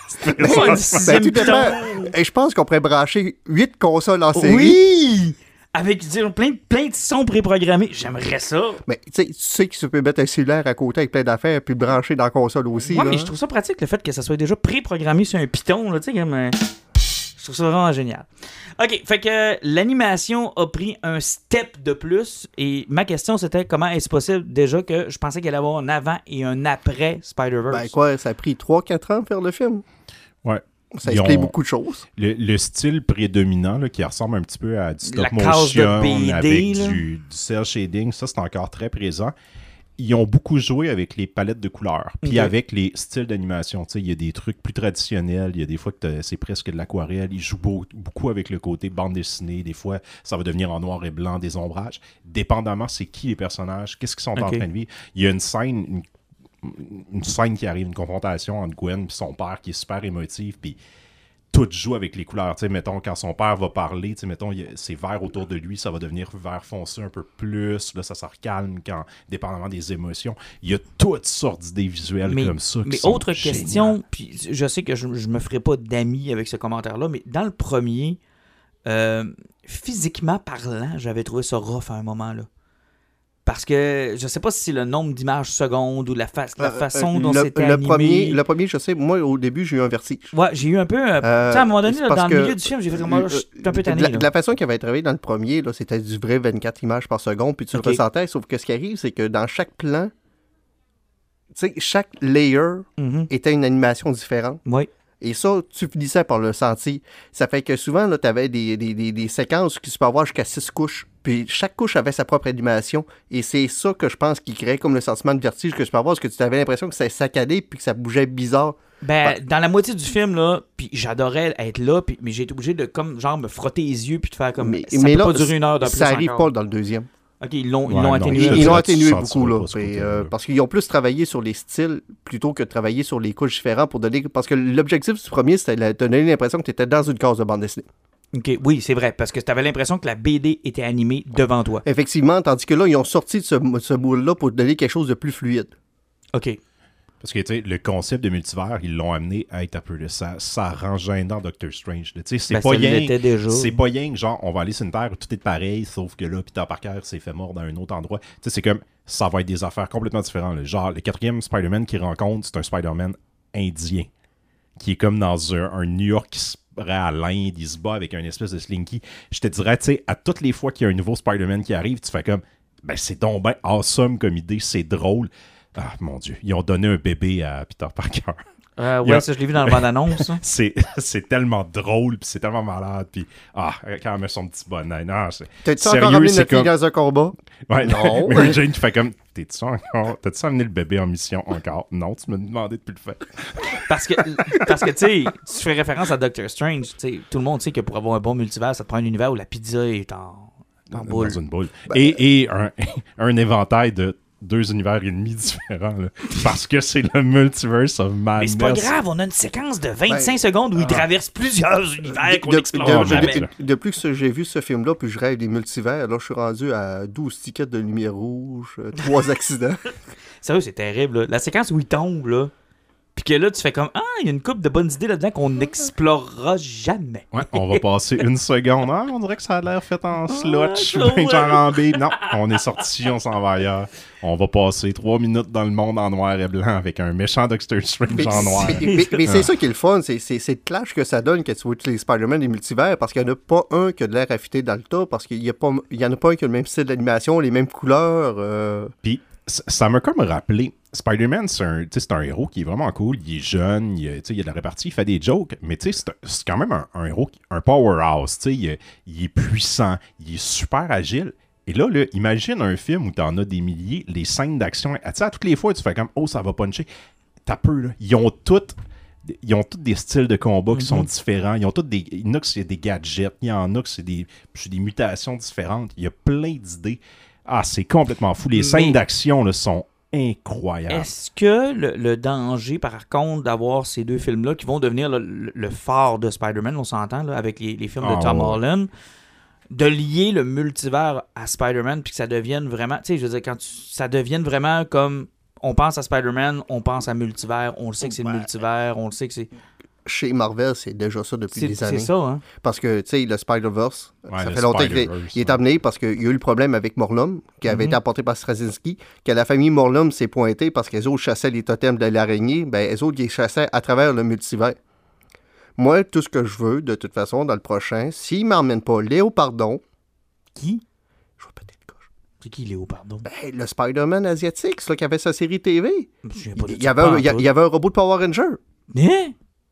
Je pense qu'on pourrait brancher 8 consoles en série. Oui! Avec plein de sons préprogrammés. J'aimerais ça. Mais tu sais que tu peux mettre un cellulaire à côté avec plein d'affaires puis le brancher dans la console aussi. Ouais, là. Mais je trouve ça pratique le fait que ça soit déjà préprogrammé sur un Python. Là, je trouve ça vraiment génial. OK, fait que l'animation a pris un step de plus. Et ma question, c'était comment est-ce possible déjà que je pensais qu'il allait y avoir un avant et un après Spider-Verse? Ben quoi, ça a pris 3-4 ans de faire le film? Ouais. Ça explique beaucoup de choses. Le style prédominant là, qui ressemble un petit peu à du stop la motion BD, avec là. du cel shading, ça c'est encore très présent. Ils ont beaucoup joué avec les palettes de couleurs, puis avec les styles d'animation. Il y a des trucs plus traditionnels, il y a des fois que c'est presque de l'aquarelle. Ils jouent beaucoup avec le côté bande dessinée. Des fois, ça va devenir en noir et blanc, des ombrages. Dépendamment, c'est qui les personnages, qu'est-ce qu'ils sont en train de vivre. Il y a une scène qui arrive, une confrontation entre Gwen et son père qui est super émotive, puis tout joue avec les couleurs. Tu sais, mettons, quand son père va parler, tu sais, mettons, c'est vert autour de lui, ça va devenir vert foncé un peu plus. Là, ça se recalme dépendamment des émotions. Il y a toutes sortes d'idées visuelles comme ça. Mais autre question, puis je sais que je me ferai pas d'amis avec ce commentaire-là, mais dans le premier, physiquement parlant, j'avais trouvé ça rough à un moment, là. Parce que je sais pas si c'est le nombre d'images secondes ou la façon dont c'était animé. Le premier, je sais, moi, au début, j'ai eu un vertige. Ouais, j'ai eu un peu... tu sais, à un moment donné, là, dans le milieu du film, j'ai fait comme... je suis un peu tanné. La façon qu'il avait travaillé dans le premier, là, c'était du vrai 24 images par seconde, puis tu le ressentais, sauf que ce qui arrive, c'est que dans chaque plan, tu sais, chaque layer était une animation différente. Oui. Et ça, tu finissais par le sentir. Ça fait que souvent, tu avais des séquences qui se peuvent avoir jusqu'à 6 couches. Puis chaque couche avait sa propre animation. Et c'est ça que je pense qui créait comme le sentiment de vertige que je peux avoir, parce que tu avais l'impression que ça saccadait puis que ça bougeait bizarre. Dans la moitié du film, là, puis j'adorais être là, mais j'ai été obligé de comme genre me frotter les yeux puis de faire comme... Mais peut là, pas durer une heure de plus ça arrive encore. pas dans le deuxième. OK, ils l'ont atténué. Ils l'ont atténué beaucoup, là. Parce qu'ils ont plus travaillé sur les styles plutôt que de travailler sur les couches différentes pour donner... Parce que l'objectif du premier, c'était de donner l'impression que tu étais dans une case de bande dessinée. OK, oui, c'est vrai, parce que tu avais l'impression que la BD était animée devant toi. Effectivement, tandis que là, ils ont sorti de ce moule-là pour donner quelque chose de plus fluide. OK. Parce que, tu sais, le concept de multivers, ils l'ont amené à être un peu de ça. Ça rend gênant Doctor Strange. Tu sais, c'est pas rien que genre, on va aller sur une terre où tout est pareil, sauf que là, Peter Parker s'est fait mort dans un autre endroit. Tu sais, c'est comme, ça va être des affaires complètement différentes. Là. Genre, le 4e Spider-Man qu'il rencontre, c'est un Spider-Man indien, qui est comme dans un New York qui se à l'Inde, il se bat avec un espèce de slinky. Je te dirais, tu sais, à toutes les fois qu'il y a un nouveau Spider-Man qui arrive, tu fais comme, ben c'est donc ben awesome comme idée, c'est drôle. Ah, mon Dieu, ils ont donné un bébé à Peter Parker. Ouais, ça, je l'ai vu dans le bande-annonce. c'est tellement drôle, puis c'est tellement malade, puis quand elle met son petit bonnet, non, t'as-tu encore amené notre fille dans un combat? Ouais, non. Mary Jane qui fait comme, t'as-tu amené le bébé en mission encore? Non, tu m'as demandé de plus le faire. Parce que tu sais, tu fais référence à Doctor Strange, tu sais, tout le monde sait que pour avoir un bon multivers, ça te prend un univers où la pizza est en boule. Dans une boule. Et un éventail de 2 univers et demi différents, là, parce que c'est le multiverse of madness. Mais c'est pas grave, on a une séquence de 25 secondes où il traverse plusieurs univers qu'on n'explore jamais. Depuis que j'ai vu ce film-là, puis je rêve des multivers, là, je suis rendu à 12 tickets de lumière rouge, 3 accidents. Sérieux, c'est terrible, là. La séquence où il tombe, là, puis que là, tu fais comme, il y a une couple de bonnes idées là-dedans qu'on n'explorera jamais. Ouais, on va passer une seconde. On dirait que ça a l'air fait en slotch, genre en B. Non, on est sorti, on s'en va ailleurs. On va passer 3 minutes dans le monde en noir et blanc avec un méchant Doctor Strange en noir. Mais c'est ça qui est le fun, c'est le clash que ça donne quand tu vois tous les Spider-Man des multivers, parce qu'il n'y en a pas un qui a de l'air affûté dans le tas, parce qu'il n'y en a pas un qui a le même style d'animation, les mêmes couleurs. Puis, ça m'a comme rappelé, Spider-Man, c'est un héros qui est vraiment cool, il est jeune, il y a de la répartie, il fait des jokes, mais c'est quand même un héros, un powerhouse, il est puissant, il est super agile. Et là, imagine un film où t'en as des milliers, les scènes d'action, à toutes les fois, tu fais comme, ça va puncher. T'as peu, là. Ils ont tous des styles de combat qui sont différents. Ils ont tous il y en a que c'est des gadgets, il y en a que c'est des mutations différentes. Il y a plein d'idées. C'est complètement fou. Les scènes d'action là, sont incroyables. Est-ce que le danger, par contre, d'avoir ces 2 films-là qui vont devenir le phare de Spider-Man, on s'entend, là, avec les films de Tom Holland, de lier le multivers à Spider-Man puis que ça devienne vraiment... Tu sais, je veux dire, ça devienne vraiment comme... On pense à Spider-Man, on pense à multivers, on le sait que c'est le multivers, on le sait que c'est... Chez Marvel, c'est déjà ça depuis des années. C'est ça, hein? Parce que, tu sais, le Spider-Verse, ça fait longtemps qu'il est amené parce qu'il y a eu le problème avec Morlun, qui avait été apporté par Straczynski, que la famille Morlun s'est pointée parce qu'elles autres chassaient les totems de l'araignée, elles autres les chassaient à travers le multivers. Moi, tout ce que je veux, de toute façon, dans le prochain, s'ils ne m'emmènent pas Léo Pardon... Qui? Je vais péter le coche. C'est qui, Léo Pardon? Le Spider-Man asiatique, c'est là qui avait sa série TV. Il y avait un robot de Power Ranger. Hein?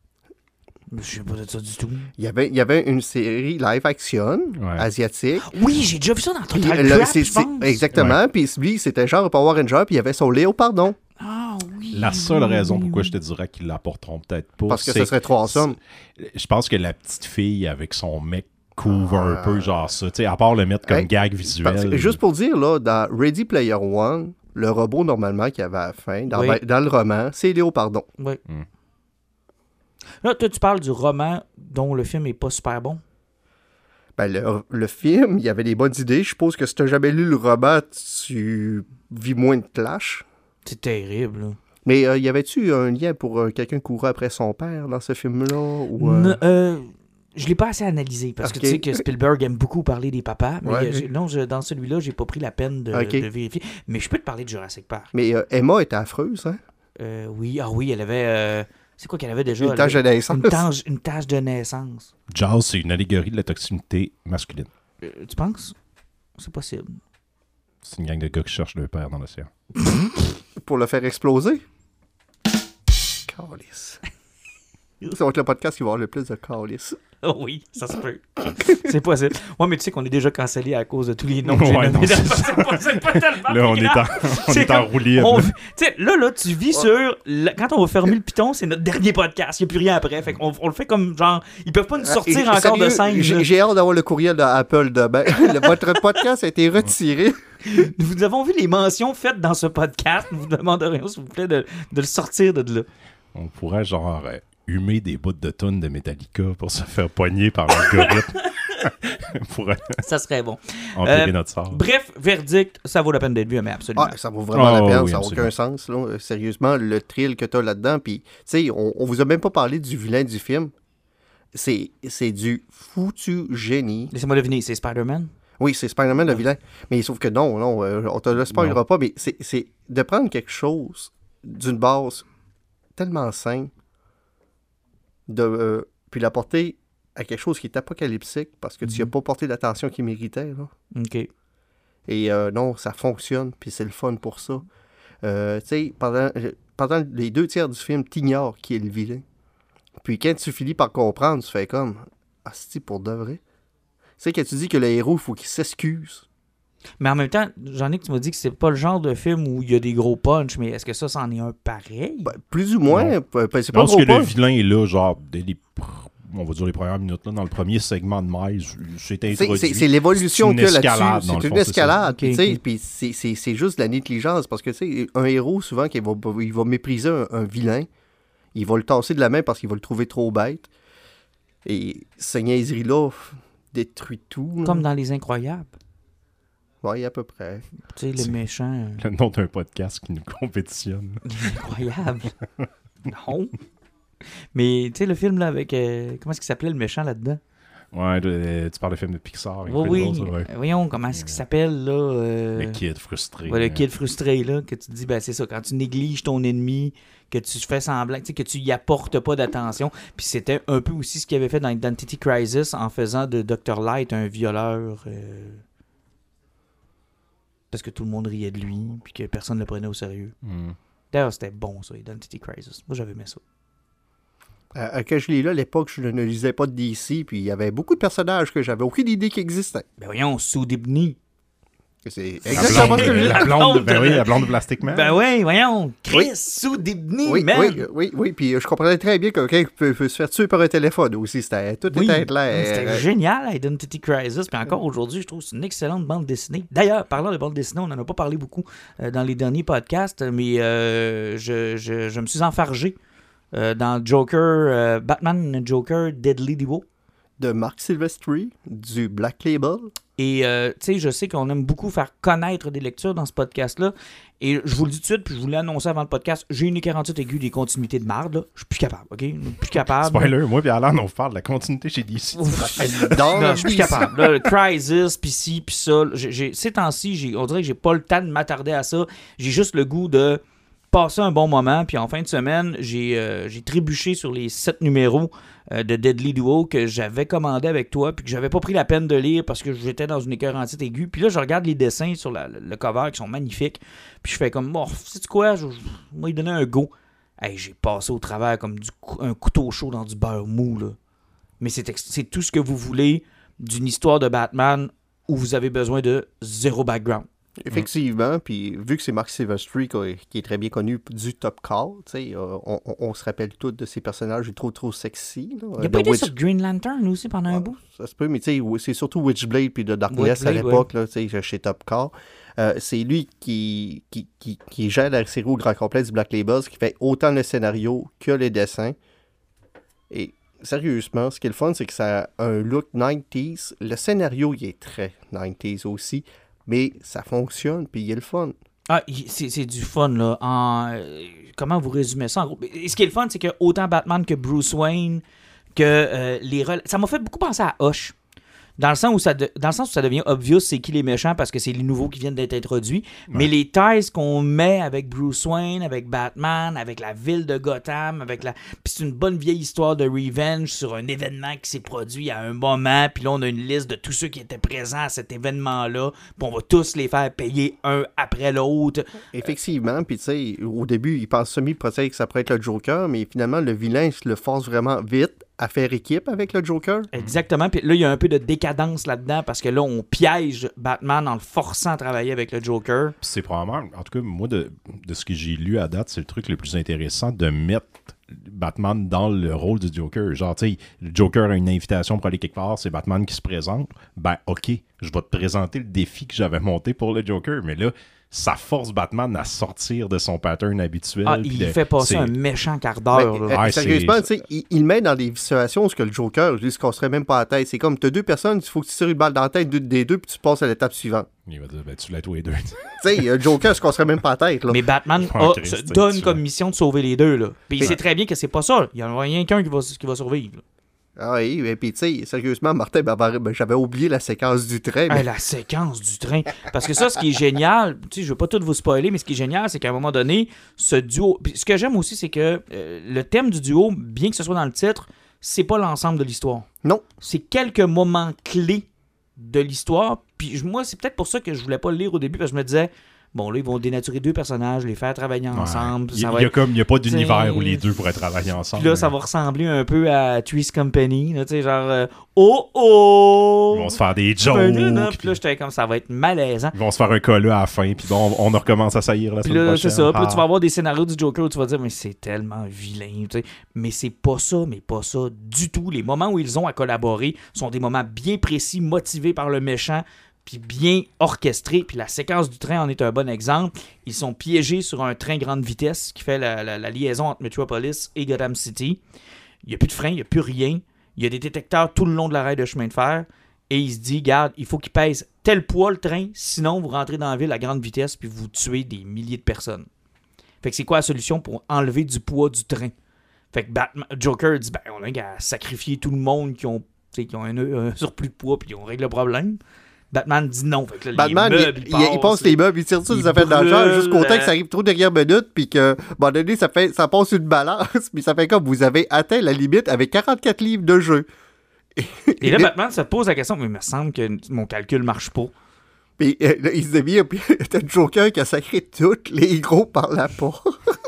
Je sais pas de ça du tout. Il y avait une série live action asiatique. Oui, j'ai déjà vu ça dans Total Crap, je pense. Exactement. Puis lui, c'était genre Power Ranger, puis il y avait son Léo Pardon. Ah oui. La seule raison pourquoi je te dirais qu'ils l'apporteront peut-être pas, parce que ce serait trop awesome. Je pense que la petite fille avec son mec couvre un peu genre ça. Tu sais, à part le mettre comme gag visuel. Juste pour dire, là, dans Ready Player One, le robot, normalement, qu'il y avait à la fin, dans le roman, c'est Léo Pardon. Oui. Là, toi, tu parles du roman dont le film est pas super bon. Ben, le film, il y avait des bonnes idées. Je suppose que si tu n'as jamais lu le roman, tu vis moins de clash. C'est terrible, là. Mais y avait-tu un lien pour quelqu'un courant après son père dans ce film-là? Ou, Je l'ai pas assez analysé parce que tu sais que Spielberg aime beaucoup parler des papas. Mais dans celui-là, j'ai pas pris la peine de vérifier. Mais je peux te parler de Jurassic Park. Mais Emma était affreuse, hein? Oui, elle avait... c'est quoi qu'elle avait déjà? Une tache de naissance. Une tache de naissance. Jaws, c'est une allégorie de la toxicité masculine. Tu penses? C'est possible. C'est une gang de gars qui cherchent leur père dans l'océan. Pour le faire exploser? Calice. Ça va être le podcast qui va avoir le plus de calice. Oh oui, ça se peut. C'est possible. Ouais, mais tu sais qu'on est déjà cancellé à cause de tous les noms que j'ai nommés. C'est pas tellement là, on est en roue libre. Tu sais, là, tu vis sur... Quand on va fermer le piton, c'est notre dernier podcast. Il n'y a plus rien après. Fait qu'on le fait comme genre... Ils peuvent pas nous sortir encore de scène. J'ai hâte d'avoir le courriel d'Apple demain. Votre podcast a été retiré. Nous avons vu les mentions faites dans ce podcast. Nous vous demanderions, s'il vous plaît, de le sortir de là. On pourrait genre... humer des bouts de tonnes de Metallica pour se faire poigner par l'algorithme. Ça serait bon. Empirer notre sort. Bref, verdict, ça vaut la peine d'être vu, mais absolument. Ah, ça vaut vraiment la peine, oui, ça n'a aucun sens. Là. Sérieusement, le thrill que tu as là-dedans, puis, tu sais, on vous a même pas parlé du vilain du film. C'est du foutu génie. Laissez-moi deviner, c'est Spider-Man? Oui, c'est Spider-Man le vilain. Mais sauf que non, on te le spoilera pas, mais c'est de prendre quelque chose d'une base tellement simple, puis l'apporter à quelque chose qui est apocalyptique parce que tu n'y as pas porté l'attention qu'il méritait. Là. OK. Et non, ça fonctionne, puis c'est le fun pour ça. Tu sais, pendant les 2 tiers du film, t'ignores qui est le vilain. Puis quand tu finis par comprendre, tu fais comme « Ah, c'est pour de vrai? » Tu sais, quand tu dis que le héros, il faut qu'il s'excuse. Mais en même temps, Jean-Nic, tu m'as dit que c'est pas le genre de film où il y a des gros punchs, mais est-ce que ça, c'en est un pareil? Ben, plus ou moins. C'est pas parce gros que punch. le vilain est là, genre, dès on va dire les premières minutes, là, dans le premier segment de Miles, c'est introduit. C'est l'évolution qu'il y a là-dessus. C'est une escalade. Okay. Puis c'est juste de la négligence. Parce que, tu sais, un héros, souvent, il va mépriser un vilain. Il va le tasser de la main parce qu'il va le trouver trop bête. Et cette niaiserie-là détruit tout. Là. Comme dans Les Incroyables. Oui, à peu près. Tu sais, le méchant... Le nom d'un podcast qui nous compétitionne. Incroyable. Non. Mais tu sais, le film là avec... comment est-ce qu'il s'appelait le méchant là-dedans? Ouais, tu parles de film de Pixar. Oui. Voyons, comment est-ce qu'il s'appelle là? Le kid frustré. Ouais, le kid frustré là, que tu te dis, ben c'est ça, quand tu négliges ton ennemi, que tu fais semblant, tu sais, que tu y apportes pas d'attention. Puis c'était un peu aussi ce qu'il avait fait dans Identity Crisis en faisant de Dr. Light un violeur... parce que tout le monde riait de lui, puis que personne ne le prenait au sérieux. D'ailleurs, c'était bon, ça, Identity Crisis. Moi, j'avais aimé ça. Quand je l'ai lu à l'époque, je ne lisais pas de DC, puis il y avait beaucoup de personnages que j'avais aucune idée qui existaient. Ben voyons, Soudibni. C'est exactement ce que je la blonde, la blonde de Plastic Man. Ben oui, voyons, Chris Oui. Soudibni, man. Oui, puis je comprenais très bien que quelqu'un peut se faire tuer par un téléphone aussi. Tout était clair. C'était génial, Identity Crisis. Puis encore aujourd'hui, je trouve que c'est une excellente bande dessinée. D'ailleurs, parlant de bande dessinée, on n'en a pas parlé beaucoup dans les derniers podcasts, mais je me suis enfargé dans Joker, Batman Joker Deadly Duo. De Mark Silvestri, du Black Label. Et, tu sais, je sais qu'on aime beaucoup faire connaître des lectures dans ce podcast-là. Et je vous le dis tout de suite, puis je vous l'ai annoncé avant le podcast, j'ai une 48 aiguë des continuités de marde, là. Je suis plus capable, OK? Plus capable. Spoiler, moi et Alan, on parle de la continuité chez DC. Non, je suis plus capable. Là, le Crisis, puis ci, puis ça. Ces temps-ci, on dirait que j'ai pas le temps de m'attarder à ça. J'ai juste le goût de passer un bon moment, puis en fin de semaine, j'ai trébuché sur les 7 numéros de Deadly Duo que j'avais commandé avec toi, puis que j'avais pas pris la peine de lire parce que j'étais dans une écœurantite aiguë. Puis là, je regarde les dessins sur le cover qui sont magnifiques, puis je fais comme, oh, sais-tu quoi, moi, il donnait un go. Hey, j'ai passé au travers comme un couteau chaud dans du beurre mou, là. Mais c'est tout ce que vous voulez d'une histoire de Batman où vous avez besoin de zéro background. Effectivement, puis vu que c'est Mark Silvestri qui est très bien connu du Top Call, on se rappelle tous de ces personnages trop sexy. Là, il a pas été sur Green Lantern aussi pendant un bout? Ça se peut, mais c'est surtout Witchblade puis The Darkness à l'époque, là, chez Top Call. C'est lui qui gère la série au grand complet du Black Label, qui fait autant le scénario que les dessins. Et sérieusement, ce qui est le fun, c'est que ça a un look 90s. Le scénario, il est très 90s aussi, mais ça fonctionne, puis il est le fun. Ah, c'est du fun, là. Comment vous résumez ça, en gros? Et ce qui est le fun, c'est que autant Batman que Bruce Wayne, que ça m'a fait beaucoup penser à Hush. Dans le sens où ça devient obvious c'est qui les méchants parce que c'est les nouveaux qui viennent d'être introduits. Ouais. Mais les ties qu'on met avec Bruce Wayne, avec Batman, avec la ville de Gotham, puis c'est une bonne vieille histoire de revenge sur un événement qui s'est produit à un moment. Puis là, on a une liste de tous ceux qui étaient présents à cet événement-là. Puis on va tous les faire payer un après l'autre. Effectivement. Puis tu sais, au début, il pense peut-être que ça pourrait être le Joker, mais finalement, le vilain le force vraiment vite à faire équipe avec le Joker. Exactement. Puis là, il y a un peu de décadence là-dedans parce que là, on piège Batman en le forçant à travailler avec le Joker. Puis c'est probablement, en tout cas, moi, de ce que j'ai lu à date, c'est le truc le plus intéressant de mettre Batman dans le rôle du Joker. Genre, tu sais, le Joker a une invitation pour aller quelque part, c'est Batman qui se présente. Ben, OK, je vais te présenter le défi que j'avais monté pour le Joker. Mais là, ça force Batman à sortir de son pattern habituel. Ah, il fait passer un méchant quart d'heure. Sérieusement, il met dans des situations où le Joker, lui, se casserait même pas la tête. C'est comme, t'as deux personnes, il faut que tu tires une balle dans la tête des deux, puis tu passes à l'étape suivante. Il va dire, ben tu l'as tous les deux. Tu sais, le Joker se casserait même pas la tête. Là. Mais Batman se donne comme mission de sauver les deux. Là. Puis il sait très bien que c'est pas ça. Il y en a rien qu'un qui va survivre. Là. Ah oui, et puis tu sais, sérieusement, Martin, j'avais oublié la séquence du train. Mais... la séquence du train. Parce que ça, ce qui est génial, tu sais, je veux pas tout vous spoiler, mais ce qui est génial, c'est qu'à un moment donné, ce duo... Puis ce que j'aime aussi, c'est que le thème du duo, bien que ce soit dans le titre, c'est pas l'ensemble de l'histoire. Non. C'est quelques moments clés de l'histoire. Puis moi, c'est peut-être pour ça que je voulais pas le lire au début, parce que je me disais... Bon, là, ils vont dénaturer deux personnages, les faire travailler ensemble. Il n'y a pas d'univers où les deux pourraient travailler ensemble. Puis là, ça va ressembler un peu à Three's Company. Tu sais, genre, oh! Ils vont se faire des jokes. Puis là, j'étais comme, ça va être malaisant. Ils vont se faire un cas à la fin. Puis bon, on recommence à saillir la semaine prochaine. C'est ça. Puis là, tu vas avoir des scénarios du Joker où tu vas dire, mais c'est tellement vilain. Tu sais. Mais c'est pas ça, du tout. Les moments où ils ont à collaborer sont des moments bien précis, motivés par le méchant, puis bien orchestré, puis la séquence du train en est un bon exemple. Ils sont piégés sur un train grande vitesse qui fait la liaison entre Metropolis et Gotham City. Il n'y a plus de frein, il n'y a plus rien. Il y a des détecteurs tout le long de la rail de chemin de fer. Et il se dit, garde, il faut qu'il pèse tel poids le train, sinon vous rentrez dans la ville à grande vitesse puis vous tuez des milliers de personnes. Fait que c'est quoi la solution pour enlever du poids du train? Fait que Joker dit, ben on a qu'à sacrifier tout le monde qui ont un surplus de poids puis on règle le problème. Batman dit non. Fait que là, Batman, il passe les meubles, il tire ça des affaires d'argent jusqu'au temps que ça arrive trop dernière minute, puis que, bon, donné, ça passe une balance, puis ça fait comme vous avez atteint la limite avec 44 livres de jeu. Et là, Batman se pose la question, mais il me semble que mon calcul marche pas. Puis là, il se devient, puis t'as le Joker qui a sacré tous les gros par la porte.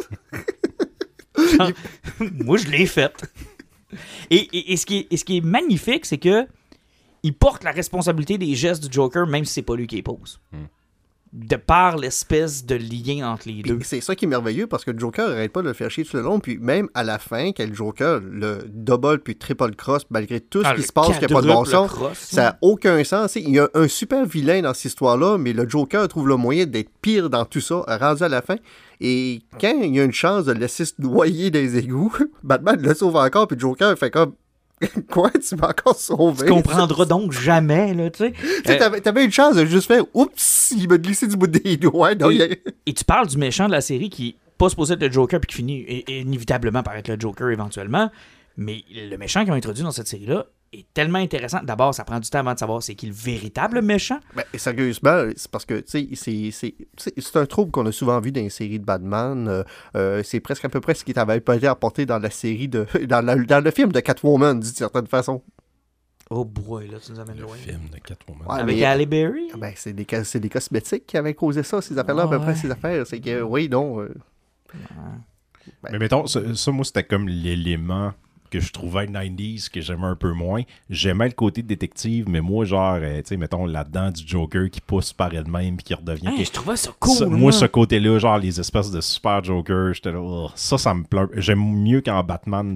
Moi, je l'ai fait. Et ce qui est magnifique, c'est que il porte la responsabilité des gestes du Joker, même si c'est pas lui qui les pose. De par l'espèce de lien entre les deux. C'est ça qui est merveilleux, parce que le Joker n'arrête pas de le faire chier tout le long, puis même à la fin, quand le Joker le double puis triple cross, malgré tout ce qui se passe, qui n'a pas de bon sens, ça n'a aucun sens. Il y a un super vilain dans cette histoire-là, mais le Joker trouve le moyen d'être pire dans tout ça, rendu à la fin. Et quand il y a une chance de le laisser se noyer dans les égouts, Batman le sauve encore, puis le Joker fait comme... Quoi? Tu m'as encore sauvé? Tu comprendras donc jamais, là, tu sais. T'avais une chance de juste faire « Oups! Il m'a glissé du bout des doigts. » Et tu parles du méchant de la série qui n'est pas supposé être le Joker puis qui finit inévitablement par être le Joker éventuellement. Mais le méchant qu'ils ont introduit dans cette série-là est tellement intéressant. D'abord, ça prend du temps avant de savoir c'est qui le véritable méchant. Ben, sérieusement, c'est parce que c'est un trouble qu'on a souvent vu dans les séries de Batman. C'est presque à peu près ce qui t'avait pas été apporté dans la série dans le film de Catwoman, d'une certaine façon. Oh boy, là, tu nous amènes loin. Le film de Catwoman. Ouais, avec Halle Berry? Ben, c'est des cosmétiques qui avaient causé ça, ces affaires-là, à peu près ces affaires. C'est que, oui, non. Ben. Mais mettons, ça, moi, c'était comme l'élément que je trouvais 90s, que j'aimais un peu moins. J'aimais le côté détective, mais moi, genre, tu sais, mettons, là-dedans, du Joker qui pousse par elle-même puis qui redevient... Hey, je trouvais ça cool, moi, ce côté-là, genre, les espèces de super Joker, j'étais là, ça me plaît. J'aime mieux quand Batman traite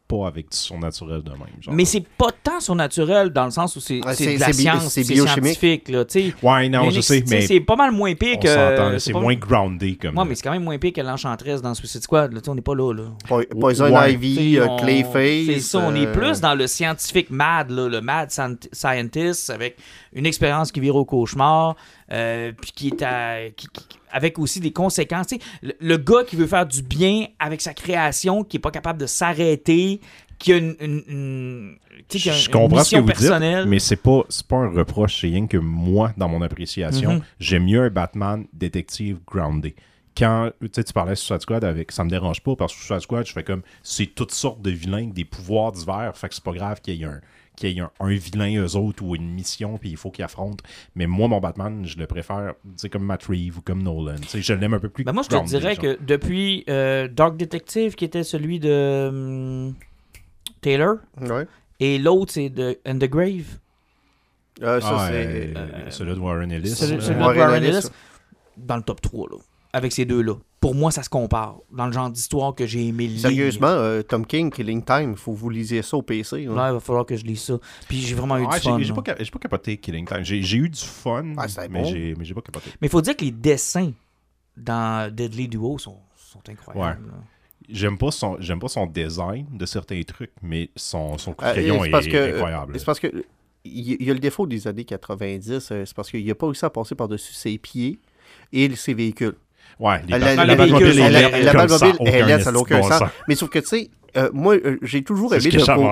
pas avec du surnaturel de même. Genre. Mais c'est pas tant surnaturel dans le sens où c'est de la science, c'est scientifique. Là, ouais, non, je sais, mais c'est pas mal moins pire que... c'est moins groundé comme... Ouais, mais c'est quand même moins pire que l'Enchantress dans Suicide Squad. Là, on n'est pas là. Poison Ivy, Clayface... C'est ça, on est plus dans le scientifique mad, là, le mad scientist avec une expérience qui vire au cauchemar, puis qui est avec aussi des conséquences. Le gars qui veut faire du bien avec sa création, qui est pas capable de s'arrêter, qui a une mission personnelle. Dites, mais c'est pas un reproche, c'est rien que moi, dans mon appréciation, j'aime mieux un Batman détective groundé. Quand tu parlais de Suicide Squad, ça me dérange pas, parce que Suicide Squad, je fais comme, c'est toutes sortes de vilains, des pouvoirs divers, fait que c'est pas grave qu'il y ait un vilain, eux autres, ou une mission, puis il faut qu'ils affrontent. Mais moi, mon Batman, je le préfère, comme Matt Reeves ou comme Nolan. Je l'aime un peu plus. Moi, je te dirais que depuis Dark Detective, qui était celui de Taylor, et l'autre, c'est de And the Grave. C'est celui de Warren Ellis. Celui de Warren Ellis, dans le top 3, là. Avec ces deux-là. Pour moi, ça se compare. Dans le genre d'histoire que j'ai aimé lire. Sérieusement, Tom King, Killing Time, il faut que vous lisiez ça au PC. Là. Ouais, il va falloir que je lise ça. Puis j'ai vraiment eu du fun. J'ai pas capoté Killing Time. J'ai eu du fun, mais j'ai pas capoté. Mais il faut dire que les dessins dans Deadly Duo sont incroyables. Ouais. J'aime pas son design de certains trucs, mais son coup de crayon est incroyable. C'est parce que il y a le défaut des années 90, c'est parce qu'il n'a pas réussi à passer par-dessus ses pieds et ses véhicules. Ouais, la Batmobile est laide, ça n'a aucun sens. Mais sauf que, tu sais, moi, j'ai toujours aimé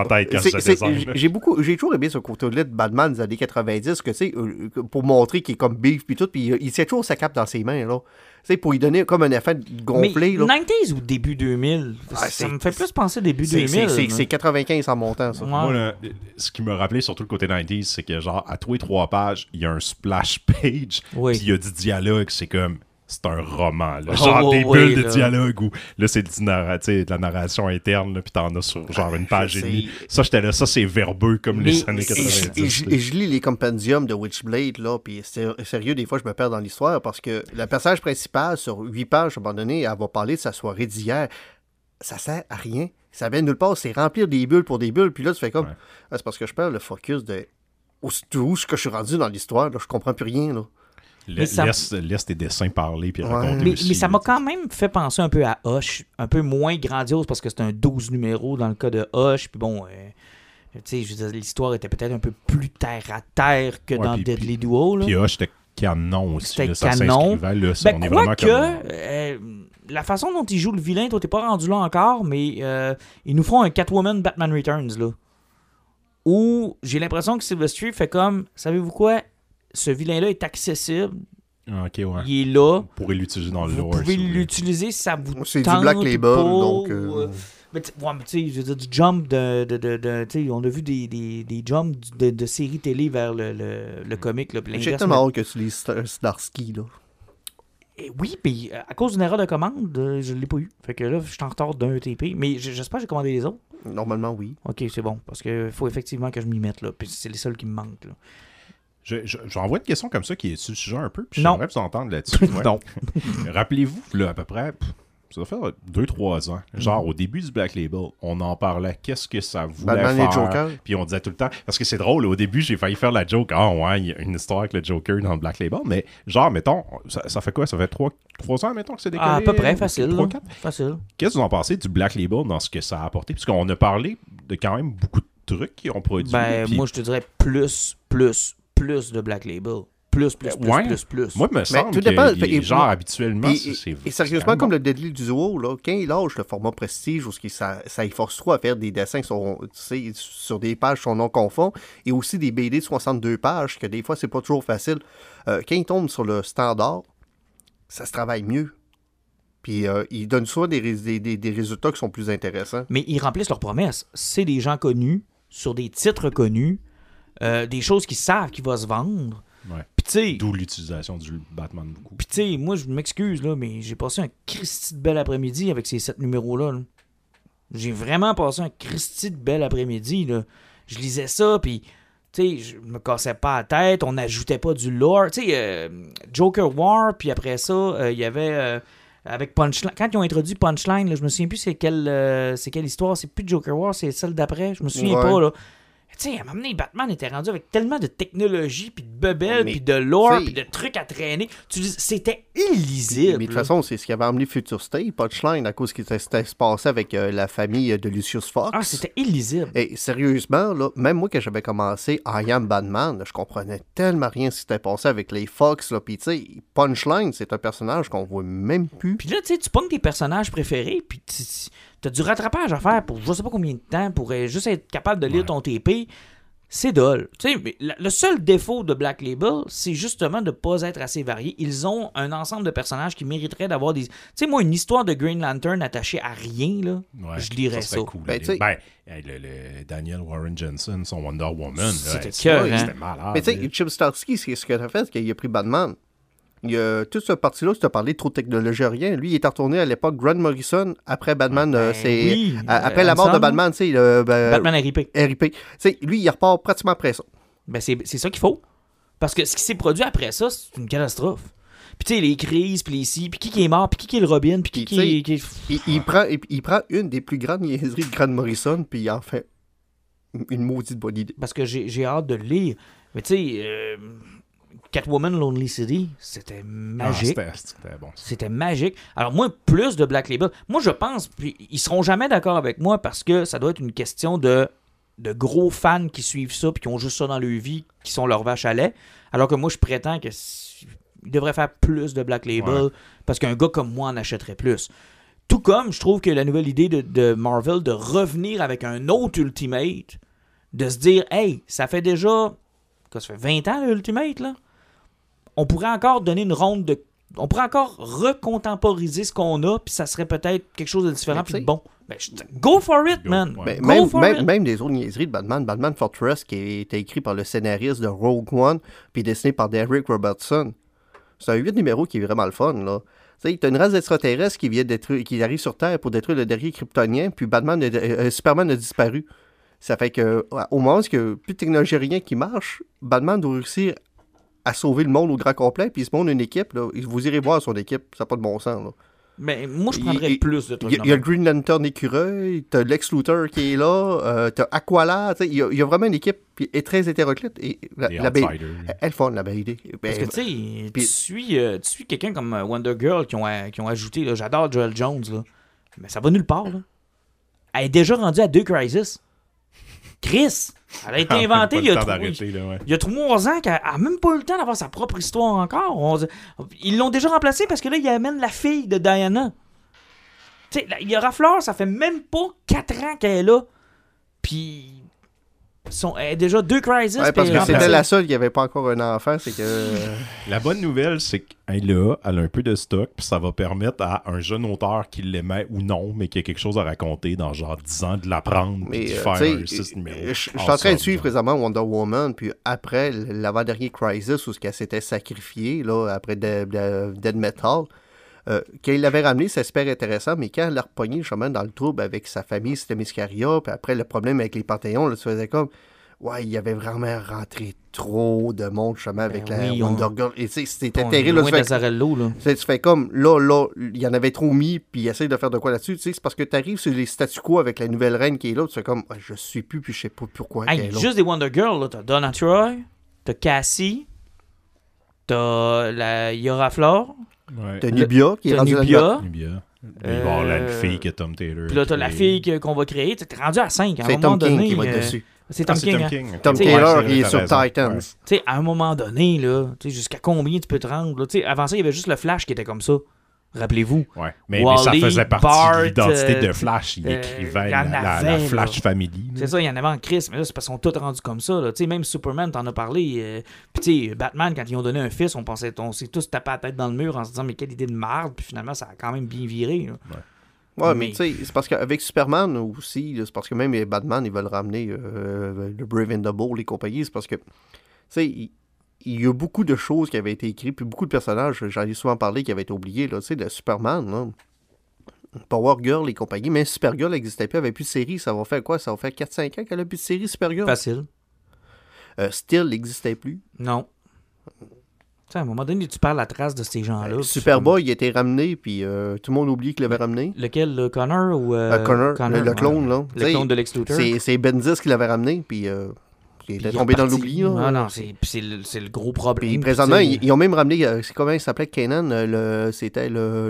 j'ai toujours aimé ce côté-là de Batman des années 90, que, tu sais, pour montrer qu'il est comme beef puis tout, puis il sait toujours sa cape dans ses mains, là. Tu sais, pour lui donner comme un effet gonflé, mais 90s ou début 2000, ça me fait plus penser début 2000. C'est 95 en montant, ça. Ouais. Moi, là, ce qui me rappelait surtout le côté 90s, c'est que, genre, à tous les 3 pages, il y a un splash page, puis il y a du dialogue, c'est comme... C'est un roman, là. Genre des bulles de dialogue où là c'est de la narration interne, puis t'en as sur genre une page et demie. Ça, j'étais là, ça c'est verbeux comme les années 90. Et je lis les compendiums de Witchblade, là, puis sérieux, des fois je me perds dans l'histoire parce que le personnage principal, sur 8 pages, à un moment donné, elle va parler de sa soirée d'hier. Ça sert à rien. Ça vient de nulle part, c'est remplir des bulles pour des bulles, puis là tu fais comme... c'est parce que je perds le focus de où ce que je suis rendu dans l'histoire, là, je comprends plus rien, là. Laisse tes dessins parler puis raconter aussi. Mais ça m'a quand même fait penser un peu à Hush, un peu moins grandiose parce que c'est un 12 numéros dans le cas de Hush. Puis bon, tu sais, je veux dire, l'histoire était peut-être un peu plus terre à terre que dans Deadly Duo. Puis Hush, c'était canon aussi. C'était ça canon. Là, on est vraiment la façon dont il joue le vilain, toi t'es pas rendu là encore, mais ils nous font un Catwoman Batman Returns là, où j'ai l'impression que Silvestri fait comme, savez-vous quoi? Ce vilain-là est accessible. Ok, ouais. Il est là. Vous pourrez l'utiliser dans le lore. Vous pouvez l'utiliser si ça vous tente. C'est du Black Label, donc... Mais tu sais, je veux dire, du jump on a vu des jumps de séries télé vers le comic. Là, j'ai tellement hâte que tu lises Starsky, là. Et oui, puis à cause d'une erreur de commande, je ne l'ai pas eu. Fait que là, je suis en retard d'un TP. Mais j'espère que j'ai commandé les autres. Normalement, oui. Ok, c'est bon. Parce qu'il faut effectivement que je m'y mette, là. Puis c'est les seuls qui me manquent, là. J'envoie une question comme ça qui est sur le sujet un peu, puis j'aimerais vous entendre là-dessus. Ouais. Non. Rappelez-vous, là, à peu près, ça doit faire 2-3 ans, genre au début du Black Label, on en parlait, qu'est-ce que ça voulait Batman faire, et Joker. Puis on disait tout le temps, parce que c'est drôle, au début, j'ai failli faire la joke, ouais, il y a une histoire avec le Joker dans le Black Label, mais genre, mettons, ça fait quoi? Ça fait 3 ans, mettons, que c'est décollé? À peu près, facile. 3-4? Facile. Qu'est-ce que vous en pensez du Black Label dans ce que ça a apporté? Parce qu'on a parlé de quand même beaucoup de trucs qui ont produit. Moi, je te dirais plus de Black Label. Plus. Moi, il me semble que genre habituellement, et sérieusement, comme le Deadly Duo, là, quand il lâche le format prestige, où ça y force trop à faire des dessins sur des pages son nom confond, et aussi des BD de 62 pages, que des fois, c'est pas toujours facile. Quand il tombe sur le standard, ça se travaille mieux. Puis ils donnent souvent des résultats qui sont plus intéressants. Mais ils remplissent leurs promesses. C'est des gens connus, sur des titres connus, des choses qu'ils savent qu'ils vont se vendre. Ouais. D'où l'utilisation du Batman beaucoup. Puis tu sais, moi je m'excuse là, mais j'ai passé un Christy de bel après-midi avec ces 7 numéros-là. Là. J'ai vraiment passé un Christy de bel après-midi. Là. Je lisais ça, puis tu sais, je me cassais pas la tête, on n'ajoutait pas du lore. Tu sais, Joker War, puis après ça, il y avait avec Punchline. Quand ils ont introduit Punchline, là, je me souviens plus c'est quelle histoire. C'est plus Joker War, c'est celle d'après. Je me souviens pas, là. Tu sais, à un moment donné, Batman était rendu avec tellement de technologie, puis de bebelles, puis de lore, puis de trucs à traîner. C'était illisible. Mais de toute façon, c'est ce qui avait amené Future State, Punchline, à cause qu'il s'était passé avec la famille de Lucius Fox. Ah, c'était illisible. Et sérieusement, là, même moi, quand j'avais commencé I Am Batman, là, je comprenais tellement rien ce qui s'était passé avec les Fox. Puis, tu sais, Punchline, c'est un personnage qu'on voit même plus. Puis là, tu sais, tu pognes tes personnages préférés, puis t'as du rattrapage à faire pour je sais pas combien de temps, pour juste être capable de lire ton TP. C'est dole. Tu sais, mais le seul défaut de Black Label, c'est justement de ne pas être assez varié. Ils ont un ensemble de personnages qui mériteraient d'avoir des... Tu sais, moi, une histoire de Green Lantern attachée à rien, là, je lirais ça. Cool. Le Daniel Warren Johnson, son Wonder Woman, c'était cœur, c'était malade. Mais tu sais, Chip Zdarsky, ce qu'il a fait, c'est qu'il a pris Batman. Il y a toute cette partie-là, tu as parlé trop de technologie, rien. Lui, il est retourné à l'époque Grant Morrison, après Batman, après la mort de Batman, tu sais. Batman RIP. RIP. Tu sais, lui, il repart pratiquement après ça. Ben, c'est ça qu'il faut. Parce que ce qui s'est produit après ça, c'est une catastrophe. Puis tu sais, les crises, puis les si, puis qui est mort, puis qui est le Robin, puis qui est... Il prend une des plus grandes niaiseries de Grant Morrison, puis il en fait une maudite bonne idée. Parce que j'ai hâte de le lire. Mais tu sais... Catwoman Lonely City, c'était magique. C'était bon. C'était magique. Alors moi, plus de Black Label. Moi, je pense, puis ils seront jamais d'accord avec moi parce que ça doit être une question de gros fans qui suivent ça puis qui ont juste ça dans leur vie, qui sont leurs vaches à lait. Alors que moi, je prétends qu'ils devraient faire plus de Black Label parce qu'un gars comme moi en achèterait plus. Tout comme je trouve que la nouvelle idée de Marvel de revenir avec un autre Ultimate, de se dire, hey, ça fait déjà, ça fait 20 ans l'Ultimate, là? On pourrait encore donner une ronde de... On pourrait encore recontemporiser ce qu'on a, puis ça serait peut-être quelque chose de différent, puis de bon. Ben, go for it, man! Ouais. Même des autres niaiseries de Batman Fortress, qui était écrit par le scénariste de Rogue One, puis dessiné par Derek Robertson. C'est un 8 numéros qui est vraiment le fun, là. Tu sais, t'as une race d'extraterrestres qui arrive sur Terre pour détruire le dernier kryptonien, puis Superman a disparu. Ça fait que, au moment où il n'y a plus de technologie rien qui marche, Batman doit réussir à sauver le monde au grand complet, puis il se montre une équipe, là. Vous irez voir son équipe, ça n'a pas de bon sens, là. Mais moi, je prendrais plus de trucs. Il y a le Green Lantern écureuil, t'as Lex Luthor qui est là, t'as Aqualad, il y a vraiment une équipe qui est très hétéroclite. Et elle font la belle idée. Parce que tu suis quelqu'un comme Wonder Girl qui ont ajouté, là, j'adore Joel Jones, là, mais ça va nulle part, là. Elle est déjà rendue à 2 Crisis. Chris, elle a été inventée il y a 3 ans qu'elle n'a même pas eu le temps d'avoir sa propre histoire encore. Ils l'ont déjà remplacée parce que là, ils amènent la fille de Diana. Tu sais, Yara Fleur, ça fait même pas 4 ans qu'elle est là. Puis, elle est déjà 2 Crisis. Ouais, parce que c'était la seule qui n'avait pas encore un enfant, c'est que... La bonne nouvelle, c'est qu'elle a un peu de stock, puis ça va permettre à un jeune auteur qui l'aimait ou non, mais qui a quelque chose à raconter dans genre 10 ans, de l'apprendre, puis de faire un 6 numéros. Je suis en train de suivre présentement Wonder Woman, puis après l'avant-dernier Crisis, où elle s'était sacrifiée, là, après Dead Metal, quand il l'avait ramené, c'est super intéressant, mais quand elle l'a repogné justement dans le trouble avec sa famille, c'était Themyscira, puis après le problème avec les Panthéons, là, tu faisais comme... Ouais, il y avait vraiment rentré trop de monde justement avec la Wonder Girl. Et c'était terrible. Tu fais comme, là, il y en avait trop mis, puis il essaie de faire de quoi là-dessus. C'est parce que tu arrives sur les statu quo avec la nouvelle reine qui est là, tu fais comme, je suis plus, puis je sais pas pourquoi elle est là. Juste des Wonder Girls, là, t'as Donna Troy, t'as Cassie, t'as la Yara Flor, t'as Nubia qui est rendue Nubia. Il va y avoir la fille qui est Tom Taylor. Puis là, t'as la fille qu'on va créer. T'es rendu à 5 à un moment Tom donné. King qui va être dessus. C'est Tom King. Tom Taylor, il est sur Titans. Tu sais, à un moment donné, là, jusqu'à combien tu peux te rendre? Là, avant ça, il y avait juste le Flash qui était comme ça. Rappelez-vous. Ouais. Mais ça faisait partie de l'identité de Flash. Il écrivait la Flash Family. C'est ça, il y en avait en Chris, mais là, c'est parce qu'ils sont tous rendus comme ça. Même Superman, t'en as parlé. Puis Batman, quand ils ont donné un fils, on s'est tous tapé la tête dans le mur en se disant, mais quelle idée de merde. Puis finalement, ça a quand même bien viré. Là. Ouais, mais tu sais, c'est parce qu'avec Superman aussi, c'est parce que même les Batman, ils veulent ramener le Brave and the Bold et compagnie, c'est parce que, tu sais, il y a beaucoup de choses qui avaient été écrites, puis beaucoup de personnages, j'en ai souvent parlé, qui avaient été oubliés, là, tu sais, de Superman, là. Power Girl et compagnie, mais Supergirl n'existait plus, elle n'avait plus de série, ça va faire quoi? Ça va faire 4-5 ans qu'elle n'a plus de série, Supergirl? Facile. Steel n'existait plus. Non. À un moment donné, tu perds la trace de ces gens-là. Superboy, il a été ramené, puis tout le monde oublie qu'il l'avait ramené. Lequel, le Connor ou... Connor, le clone, là. Le clone de Lex Luthor. C'est Bendis qui l'avait ramené, puis il était tombé dans l'oubli. Ah non, c'est le gros problème. Puis présentement, ils ont même ramené, c'est comment il s'appelait, Kanan, c'était le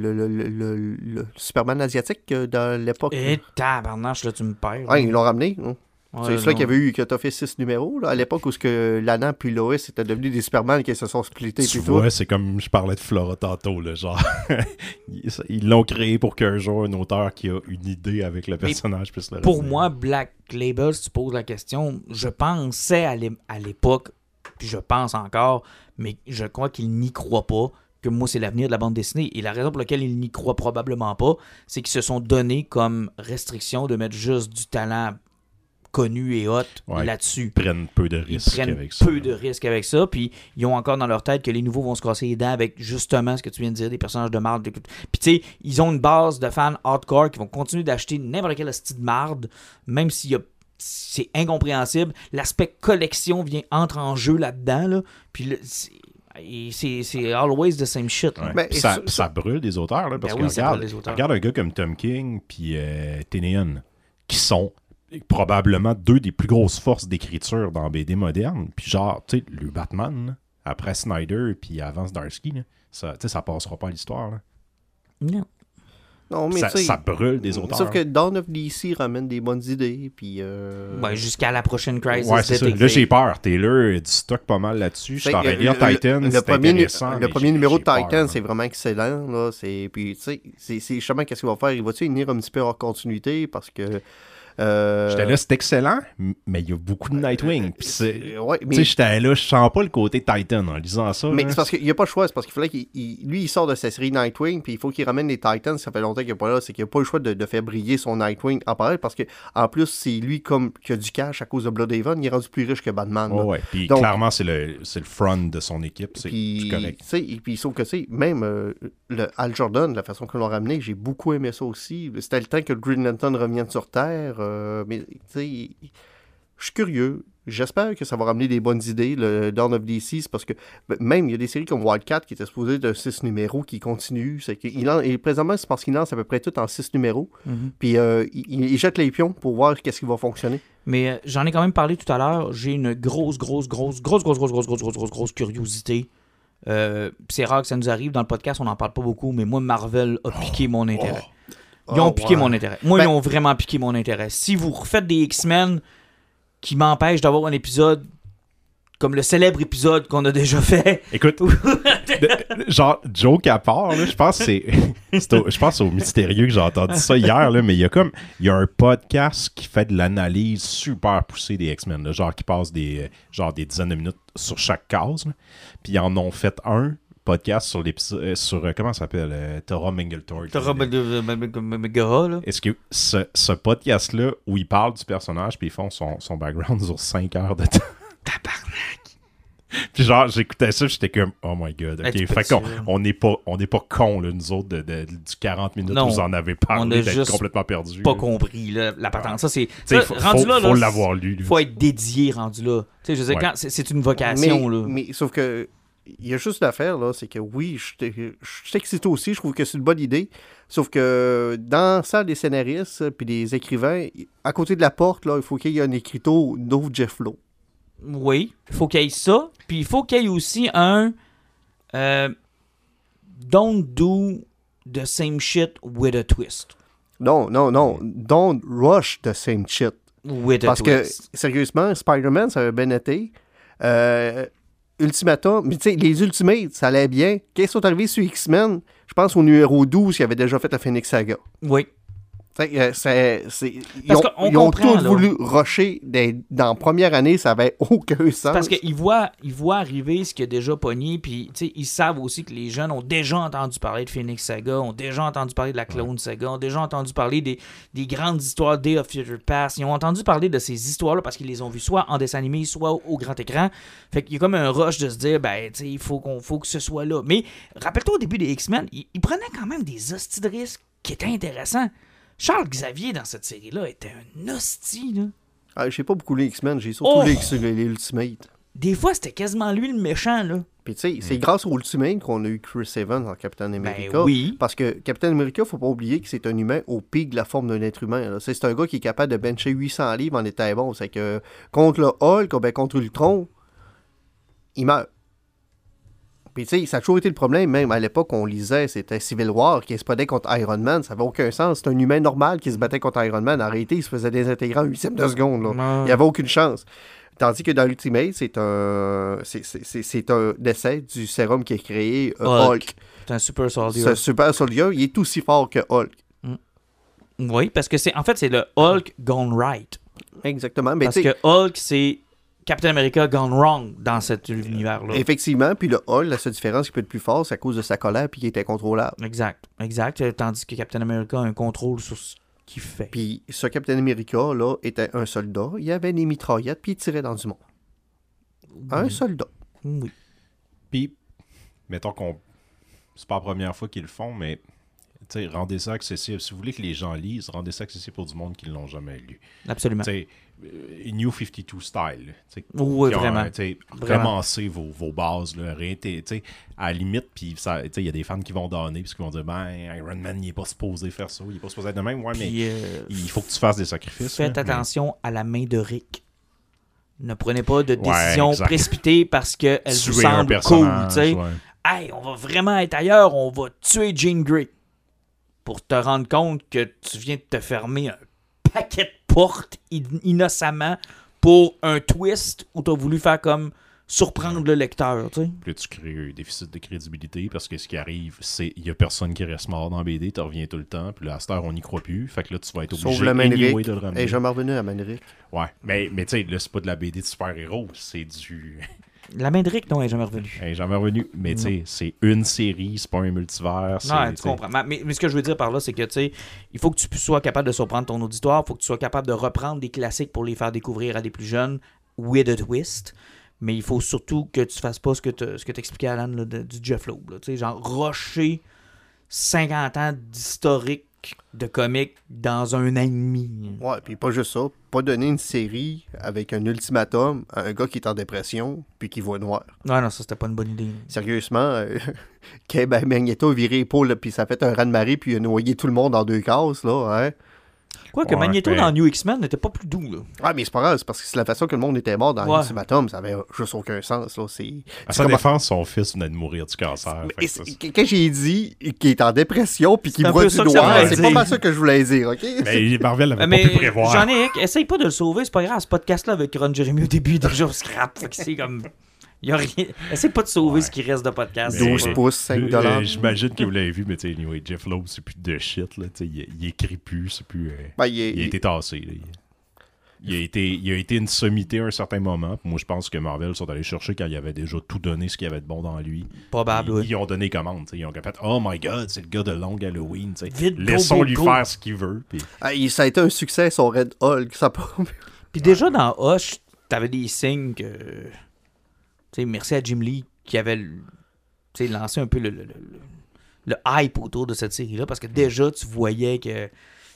Superman asiatique dans l'époque. Et tabarnache, là, tu me perds. Ouais, ils l'ont ramené. Hein. Ouais, c'est celui qui avait eu, qui a fait 6 numéros, là, à l'époque où Lana puis Lois étaient devenus des Superman qui se sont splittés. Tu vois, c'est comme je parlais de Flora tantôt, là, genre, ils l'ont créé pour qu'un jour, un auteur qui a une idée avec le personnage puisse le Pour ramener. moi, Black Label, si tu poses la question, je pensais à l'époque, puis je pense encore, mais je crois qu'il n'y croit pas, que moi, c'est l'avenir de la bande dessinée. Et la raison pour laquelle il n'y croit probablement pas, c'est qu'ils se sont donnés comme restriction de mettre juste du talent connu et hot là-dessus. Ils prennent peu de risques avec ça. Peu de risques avec ça, puis ils ont encore dans leur tête que les nouveaux vont se casser les dents avec justement ce que tu viens de dire, des personnages de marde. Puis tu sais, ils ont une base de fans hardcore qui vont continuer d'acheter n'importe quel style de marde, même s'il y a c'est incompréhensible. L'aspect collection entre en jeu là-dedans, là, puis c'est always the same shit. Ouais. Ben, ça brûle des auteurs, là, parce que regarde un gars comme Tom King puis Tynion, qui sont probablement deux des plus grosses forces d'écriture dans BD moderne. Puis genre, tu sais, le Batman, là, après Snyder puis avant Zdarsky, là, ça passera pas à l'histoire. Là. Non, mais ça brûle des auteurs. Sauf que Dawn of DC ramène des bonnes idées. Puis jusqu'à la prochaine Crisis. Ouais, c'est ça. Là, j'ai peur. Taylor a du stock pas mal là-dessus. Je t'aurais lire Titan, c'est intéressant. Le premier numéro de Titan, c'est vraiment excellent. Là. Puis, tu sais, c'est justement qu'est-ce qu'il va faire. Il va-tu venir un petit peu hors continuité parce que. J'étais là, c'est excellent, mais il y a beaucoup de Nightwing. Puis mais... j'étais là, je sens pas le côté Titan en lisant ça. Mais là. c'est parce qu'il n'y a pas le choix, c'est parce qu'il fallait il sort de sa série Nightwing, puis il faut qu'il ramène les Titans. Ça fait longtemps qu'il n'est pas là, c'est qu'il n'a pas le choix de faire briller son Nightwing en parallèle, parce que en plus, c'est lui qui a du cash à cause de Bloodhaven, il est rendu plus riche que Batman. Ouais, puis donc, clairement, c'est le front de son équipe, c'est correct. Et puis sauf que même le Hal Jordan, la façon que l'on l'a ramené, j'ai beaucoup aimé ça aussi. C'était le temps que le Green Lantern revienne sur Terre. Mais tu sais, je suis curieux. J'espère que ça va ramener des bonnes idées, le Dawn of DC, c'est parce que même il y a des séries comme Wildcat qui étaient supposées de 6 numéros qui continuent. Et présentement, c'est parce qu'il lance à peu près tout en 6 numéros. Mm-hmm. Puis il jette les pions pour voir qu'est-ce qui va fonctionner. Mais j'en ai quand même parlé tout à l'heure. J'ai une grosse curiosité. C'est rare que ça nous arrive dans le podcast, on n'en parle pas beaucoup, mais moi, Marvel a piqué mon intérêt. Ils ont piqué mon intérêt. Moi, ils ont vraiment piqué mon intérêt. Si vous refaites des X-Men qui m'empêchent d'avoir un épisode comme le célèbre épisode qu'on a déjà fait... Écoute, genre, joke à part, là, je pense au Mystérieux que j'ai entendu ça hier, là, mais il y a un podcast qui fait de l'analyse super poussée des X-Men, là, genre qui passe des dizaines de minutes sur chaque case. Là. Puis ils en ont fait un podcast sur l'épisode comment ça s'appelle Tara Mingletor. Tara Mingletor, là. Est-ce que ce podcast-là où ils parlent du personnage puis ils font son background sur 5 heures de temps. Tabarnak! Puis genre, j'écoutais ça, j'étais comme, oh my god, ok. Fait qu'on n'est pas cons, là, nous autres, du 40 minutes où vous en avez parlé, d'être complètement perdus. Pas compris, là, la patente. Ça, c'est. Faut l'avoir lu. Faut être dédié, rendu là. Tu sais, je veux dire, c'est une vocation, là. Mais sauf que. Il y a juste l'affaire, là, c'est que oui, je suis excité aussi, je trouve que c'est une bonne idée. Sauf que dans la salle des scénaristes puis des écrivains, à côté de la porte, là, il faut qu'il y ait un écriteau No Jeff Lowe. Oui, il faut qu'il y ait ça. Puis il faut qu'il y ait aussi un Don't do the same shit with a twist. Non. Don't rush the same shit. With a Parce twist. Que, sérieusement, Spider-Man, ça avait bien été. Ultimatum, mais tu sais, les Ultimates, ça allait bien. Quand ils sont arrivés sur X-Men, je pense au numéro 12, ils avaient déjà fait la Phoenix Saga. Oui. Ils ont tous voulu rusher dans la première année, ça avait aucun sens. Parce qu'ils voient arriver ce qui a déjà pogné, puis ils savent aussi que les jeunes ont déjà entendu parler de Phoenix Saga, ont déjà entendu parler de la Clone Saga, ont déjà entendu parler des grandes histoires Day of Future Past. Ils ont entendu parler de ces histoires-là parce qu'ils les ont vues soit en dessin animé, soit au grand écran. Fait qu'il y a comme un rush de se dire, il faut que ce soit là. Mais rappelle-toi au début des X-Men, ils prenaient quand même des hosties de risques qui étaient intéressants. Charles Xavier, dans cette série-là, était un hostie, là. J'ai pas beaucoup les X-Men, j'ai surtout les Ultimates. Des fois, c'était quasiment lui le méchant, là. Puis tu sais, c'est grâce au Ultimate qu'on a eu Chris Evans en Captain America. Ben oui. Parce que Captain America, faut pas oublier que c'est un humain au pic de la forme d'un être humain. Là. C'est un gars qui est capable de bencher 800 livres en état bon. C'est que contre le Hulk, ben, contre Ultron, il meurt. Puis tu sais, ça a toujours été le problème, même à l'époque, on lisait, c'était Civil War qui se battait contre Iron Man, ça n'avait aucun sens. C'est un humain normal qui se battait contre Iron Man. En réalité, il se faisait désintégrer en 8e de seconde. Là. Il n'y avait aucune chance. Tandis que dans Ultimate, c'est un essai du sérum qui est créé Hulk. C'est un super soldier. Ce super soldier, il est aussi fort que Hulk. Oui, parce que c'est le Hulk gone right. Exactement. Mais parce que Hulk, c'est Captain America gone wrong dans cet univers-là. Effectivement, puis le Hulk, la seule différence qui peut être plus fort, c'est à cause de sa colère puis qui est incontrôlable. Exact. Tandis que Captain America a un contrôle sur ce qu'il fait. Puis ce Captain America, là, était un soldat. Il avait des mitraillettes puis il tirait dans du monde. Un soldat. Oui. Puis, mettons qu'on... C'est pas la première fois qu'ils le font, mais... T'sais, rendez ça accessible. Si vous voulez que les gens lisent, rendez ça accessible pour du monde qui ne l'ont jamais lu. Absolument. New 52 style. Oui, vraiment. Recommencez vos bases. Là, à la limite, puis il y a des fans qui vont donner parce qu'ils vont dire Iron Man, il n'est pas supposé faire ça, il n'est pas supposé être de même. Ouais, mais il faut que tu fasses des sacrifices. Faites attention à la main de Rick. Ne prenez pas de décision précipitée parce qu'elle vous semble cool. Hey, on va vraiment être ailleurs, on va tuer Jean Grey. Pour te rendre compte que tu viens de te fermer un paquet de portes innocemment pour un twist où tu as voulu faire comme surprendre le lecteur. Tu sais. Puis là, tu crées un déficit de crédibilité parce que ce qui arrive, c'est il n'y a personne qui reste mort dans BD, tu reviens tout le temps, puis là, à cette heure, on n'y croit plus. Fait que là, tu vas être obligé de le ramener. Et jamais revenu à Manric. Ouais, mais tu sais, là, c'est pas de la BD de super-héros, c'est du... La main de Rick, non, elle n'est jamais revenue. Elle n'est jamais revenue, mais tu sais, c'est une série, c'est pas un multivers. Non, tu comprends. Mais ce que je veux dire par là, c'est que tu sais, il faut que tu sois capable de surprendre ton auditoire, il faut que tu sois capable de reprendre des classiques pour les faire découvrir à des plus jeunes, with a twist. Mais il faut surtout que tu fasses pas ce que tu expliquais, Alan, là, du Jeff Loeb. Tu sais, genre, rusher 50 ans d'historique de comics dans un an et demi. Ouais, puis pas juste ça. Pas donner une série avec un ultimatum à un gars qui est en dépression puis qui voit noir. Non, ça, c'était pas une bonne idée. Sérieusement, Magneto a viré épaule puis ça a fait un raz-de-marée puis il a noyé tout le monde en 2 cases, là, hein. Quoique Magneto dans New X-Men n'était pas plus doux, là. Ah, mais c'est pas grave, c'est parce que c'est la façon que le monde était mort dans l'ultimatum, ça avait juste aucun sens, là. À sa défense, son fils venait de mourir du cancer. Quand j'ai dit qu'il est en dépression puis qu'il voit du noir, c'est pas mal ça que je voulais dire, OK? Mais Marvel n'avait pas pu prévoir. Jean-Nic, essaye pas de le sauver, c'est pas grave, ce podcast-là avec Ron Jeremy au début, déjà scrap, fait que c'est comme... Il y a rien. Essaye pas de sauver ce qui reste de podcast. 12 pouces, $5. J'imagine que vous l'avez vu, mais anyway, Jeff Loeb, c'est plus de shit. Là, il écrit plus, c'est plus. Il a été tassé. Là. Il a été une sommité à un certain moment. Moi, je pense que Marvel sont allés chercher quand il avait déjà tout donné ce qu'il y avait de bon dans lui. Probable, oui. Ils ont donné commande. Ils ont fait Oh my god, c'est le gars de Long Halloween. Laissons-lui faire ce qu'il veut. Puis... ça a été un succès, son Red Hulk. Ça Puis déjà dans Hush, t'avais des signes que. Merci à Jim Lee qui avait lancé un peu le hype autour de cette série-là, parce que déjà, tu voyais que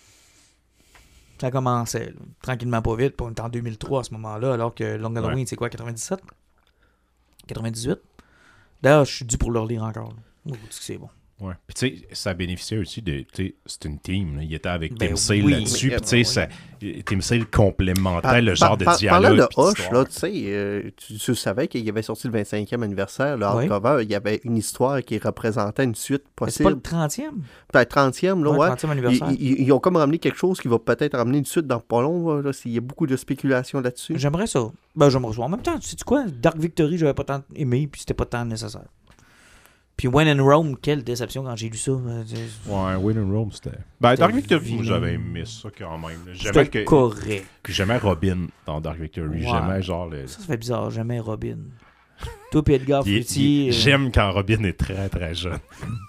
ça commençait là, tranquillement pas vite. On était en 2003 à ce moment-là, alors que Long Halloween, c'est quoi, 97? 98? D'ailleurs, je suis dû pour le relire encore. C'est bon. Ouais. Puis tu sais, ça bénéficiait aussi de... C'est une team. Là. Il était avec Tim Sale là-dessus. Puis tu sais, Tim Sale complémentait le genre de dialogue. Parlant de Hush, là, tu savais qu'il y avait sorti le 25e anniversaire, le hardcover. Il y avait une histoire qui représentait une suite possible. C'est pas le 30e? Peut-être 30e, là, ouais. 30e anniversaire. Ils ont comme ramené quelque chose qui va peut-être ramener une suite dans pas long. Là, il y a beaucoup de spéculation là-dessus. J'aimerais ça. J'aimerais ça. En même temps, tu sais quoi? Dark Victory, j'avais pas tant aimé, puis c'était pas tant nécessaire. Puis When in Rome, quelle déception quand j'ai lu ça. Ouais, When in Rome, c'était... Dark Victory, j'avais aimé ça quand même. C'était correct. J'aimais Robin dans Dark Victory. Ouais. J'aimais genre... Ça fait bizarre, j'aimais Robin. Toi et Edgar Fruitier... J'aime quand Robin est très très jeune.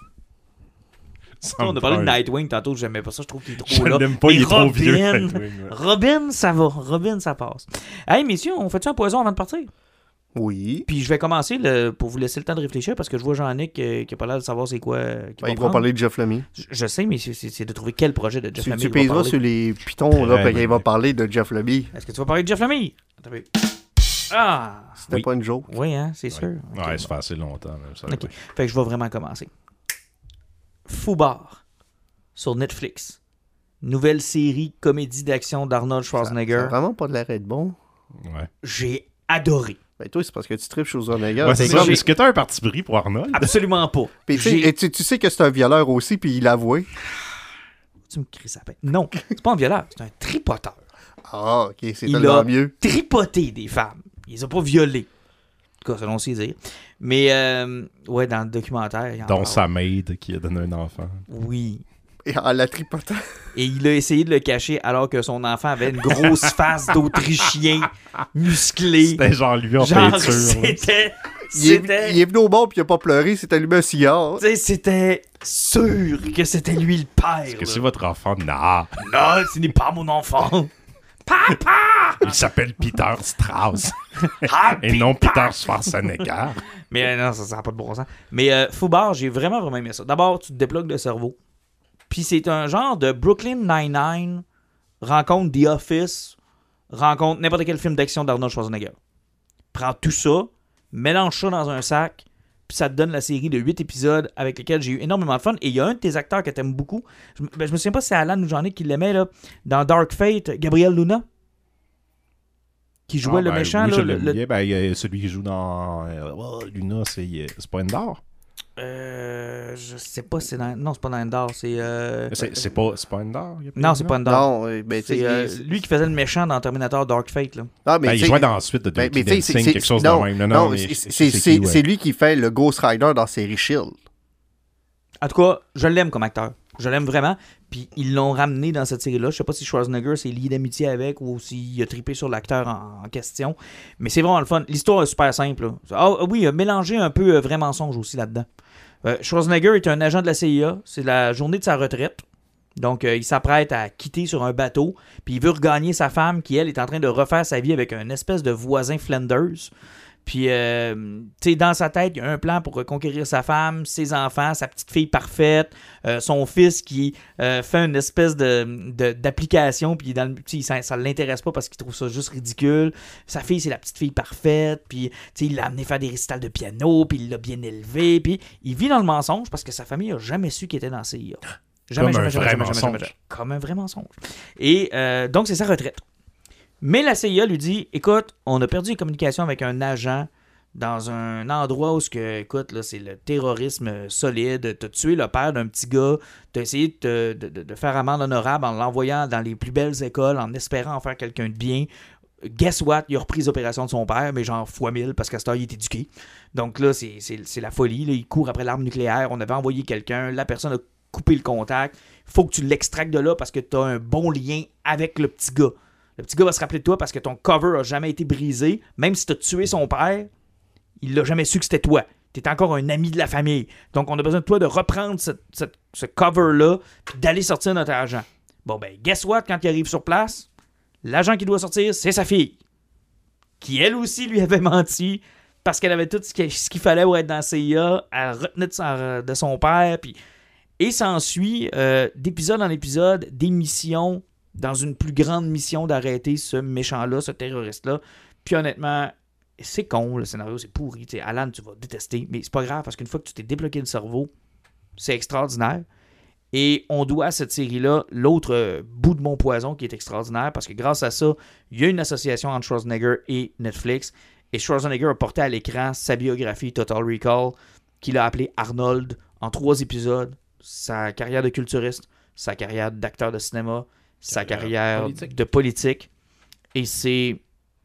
On a parlé de Nightwing tantôt, j'aimais pas ça, je trouve qu'il est trop là. Je l'aime pas, il est trop vieux. Robin, ça va. Robin, ça passe. Hey, messieurs, on fait-tu un poison avant de partir? Oui. Puis je vais commencer pour vous laisser le temps de réfléchir parce que je vois Jean-Nic qui a pas l'air de savoir c'est quoi. Il va parler de Jeff Lemmy. Je sais, mais c'est de trouver quel projet de Jeff Lemmy. Tu pèseras sur les pitons là, puis il va parler de Jeff Lemmy. Est-ce que tu vas parler de Jeff Lemmy? Ah! C'était Oui. pas une joke. Oui, hein, c'est sûr. Ouais, Ok, ça fait assez longtemps. Même, ça, OK. ouais. Fait que je vais vraiment commencer. Foubar sur Netflix. Nouvelle série comédie d'action d'Arnold Ça Schwarzenegger. a vraiment pas de l'arrêt de bon. Ouais. J'ai adoré. Ben toi, c'est parce que tu tripes Schwarzenegger. Ouais, c'est T'es ça. comme- Est-ce que t'as un parti pris pour Arnold? Absolument pas. Puis tu sais- J'ai- et tu sais que c'est un violeur aussi, puis il l'avoue. Tu me cries ça. Non, c'est pas un violeur, c'est un tripoteur. Ah, ok, c'est Il tellement a mieux. tripoté des femmes. Il les a pas violées. En tout cas, selon ses dires. Mais, ouais, dans le documentaire, il en Dont parle. sa maid qui a donné un enfant. Oui. Et en la tripotant. Et il a essayé de le cacher alors que son enfant avait une grosse face d'Autrichien musclé. C'était genre lui en Genre, peinture. là. c'était... Il est venu au bord, puis il a pas pleuré, c'est allumé un cigare. Tu sais, c'était sûr que c'était lui le père. Est-ce que là. c'est votre enfant? Non. Non, ce n'est pas mon enfant. Papa! Il s'appelle Peter Strauss. Ah, Et non Peter Schwarzenegger. Mais non, ça n'a pas de bon sens. Mais Foubar, j'ai vraiment aimé ça. D'abord, tu te débloques le cerveau. Puis c'est un genre de Brooklyn Nine-Nine, rencontre The Office, rencontre n'importe quel film d'action d'Arnold Schwarzenegger. Prends tout ça, mélange ça dans un sac, puis ça te donne la série de 8 épisodes avec lesquels j'ai eu énormément de fun. Et il y a un de tes acteurs que t'aimes beaucoup. Je me souviens pas si c'est Alan ou Jean-Nic qui l'aimait, là, dans Dark Fate, Gabriel Luna, qui jouait le méchant. Oui, là, je le- l'aime bien. Ben, celui qui joue dans Luna, c'est pas Endor. Je sais pas si c'est dans... Non, c'est pas dans Endor, c'est... C'est pas Endor. Non, c'est pas Endor. Non, ben, tu C'est sais. lui qui faisait le méchant dans Terminator Dark Fate, là. Non, mais Ben, tu il sais, jouait dans la suite de ben, Dirty mais tu sais, Dancing, quelque chose non, de même. non, mais c'est lui qui fait le Ghost Rider dans série Shield. En tout cas, je l'aime comme acteur. Je l'aime vraiment. Puis ils l'ont ramené dans cette série-là. Je sais pas si Schwarzenegger s'est lié d'amitié avec ou s'il a trippé sur l'acteur en question. Mais c'est vraiment le fun. L'histoire est super simple, là. Ah oui, il a mélangé un peu vrai mensonge aussi là-dedans. Schwarzenegger est un agent de la CIA. C'est la journée de sa retraite. Donc, il s'apprête à quitter sur un bateau. Puis il veut regagner sa femme qui, elle, est en train de refaire sa vie avec un espèce de voisin Flanders. Puis, tu sais, dans sa tête, il y a un plan pour reconquérir sa femme, ses enfants, sa petite fille parfaite, son fils qui fait une espèce d'application, puis ça ne l'intéresse pas parce qu'il trouve ça juste ridicule. Sa fille, c'est la petite fille parfaite, puis il l'a amené faire des récitals de piano, puis il l'a bien élevé, puis il vit dans le mensonge parce que sa famille n'a jamais su qu'il était dans la CIA. Jamais. Comme un vrai mensonge. Et donc, c'est sa retraite. Mais la CIA lui dit, écoute, on a perdu les communications avec un agent dans un endroit où, écoute, là, c'est le terrorisme solide. T'as tué le père d'un petit gars, t'as essayé de faire amende honorable en l'envoyant dans les plus belles écoles, en espérant en faire quelqu'un de bien. Guess what? Il a repris les opérations de son père, mais genre fois 1000 parce qu'à ce temps, il est éduqué. Donc là, c'est la folie. Là. Il court après l'arme nucléaire. On avait envoyé quelqu'un. La personne a coupé le contact. Faut que tu l'extractes de là parce que t'as un bon lien avec le petit gars. Le petit gars va se rappeler de toi parce que ton cover a jamais été brisé. Même si tu as tué son père, il l'a jamais su que c'était toi. Tu es encore un ami de la famille. Donc, on a besoin de toi de reprendre ce cover-là et d'aller sortir notre agent. Bon, ben, guess what? Quand il arrive sur place, l'agent qui doit sortir, c'est sa fille. Qui, elle aussi, lui avait menti parce qu'elle avait tout ce qu'il fallait pour être dans la CIA. Elle retenait de son père. Puis... Et s'ensuit, d'épisode en épisode, des missions dans une plus grande mission d'arrêter ce méchant-là, ce terroriste-là. Puis honnêtement, c'est con, le scénario, c'est pourri. T'sais, Alan, tu vas détester, mais c'est pas grave parce qu'une fois que tu t'es débloqué le cerveau, c'est extraordinaire. Et on doit à cette série-là l'autre bout de mon poison qui est extraordinaire parce que grâce à ça, il y a une association entre Schwarzenegger et Netflix. Et Schwarzenegger a porté à l'écran sa biographie Total Recall qu'il a appelée Arnold en 3 épisodes. Sa carrière de culturiste, sa carrière d'acteur de cinéma, sa carrière de politique. Et c'est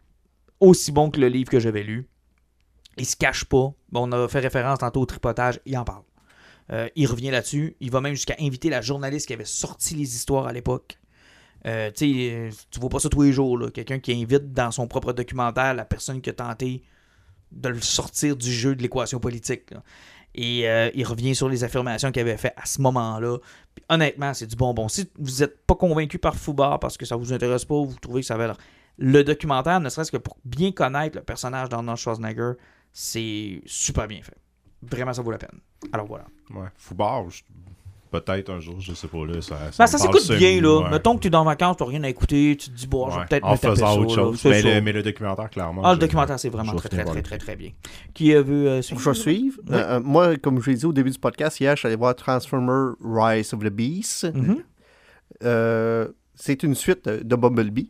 aussi bon que le livre que j'avais lu. Il se cache pas. Bon, on a fait référence tantôt au tripotage. Il en parle. Il revient là-dessus. Il va même jusqu'à inviter la journaliste qui avait sorti les histoires à l'époque. Tu vois pas ça tous les jours. Là. Quelqu'un qui invite dans son propre documentaire la personne qui a tenté de le sortir du jeu de l'équation politique. Là. Et il revient sur les affirmations qu'il avait faites à ce moment-là. Puis, honnêtement, c'est du bonbon. Si vous n'êtes pas convaincu par Foubar parce que ça ne vous intéresse pas, vous trouvez que ça va être... Le documentaire, ne serait-ce que pour bien connaître le personnage d'Arnold Schwarzenegger, c'est super bien fait. Vraiment, ça vaut la peine. Alors voilà. Ouais. Foubar, peut-être un jour, je sais pas. Là, ça Ben, me ça parle s'écoute bien, semi, là. ouais. Mettons que t'es dans les vacances, t'as rien à écouter, tu te dis, bon, je vais Ouais, peut-être en me taper faisant ça, autre là. chose. C'est ça. Mais le documentaire, clairement. Ah, le documentaire, c'est vraiment je très, vais très, finir très, voir très, très bien. Qui veut suivre? Je vais suivre. Oui. Moi, comme je l'ai dit au début du podcast, hier, je suis allé voir Transformer Rise of the Beast. Mhm. C'est une suite de Bumblebee.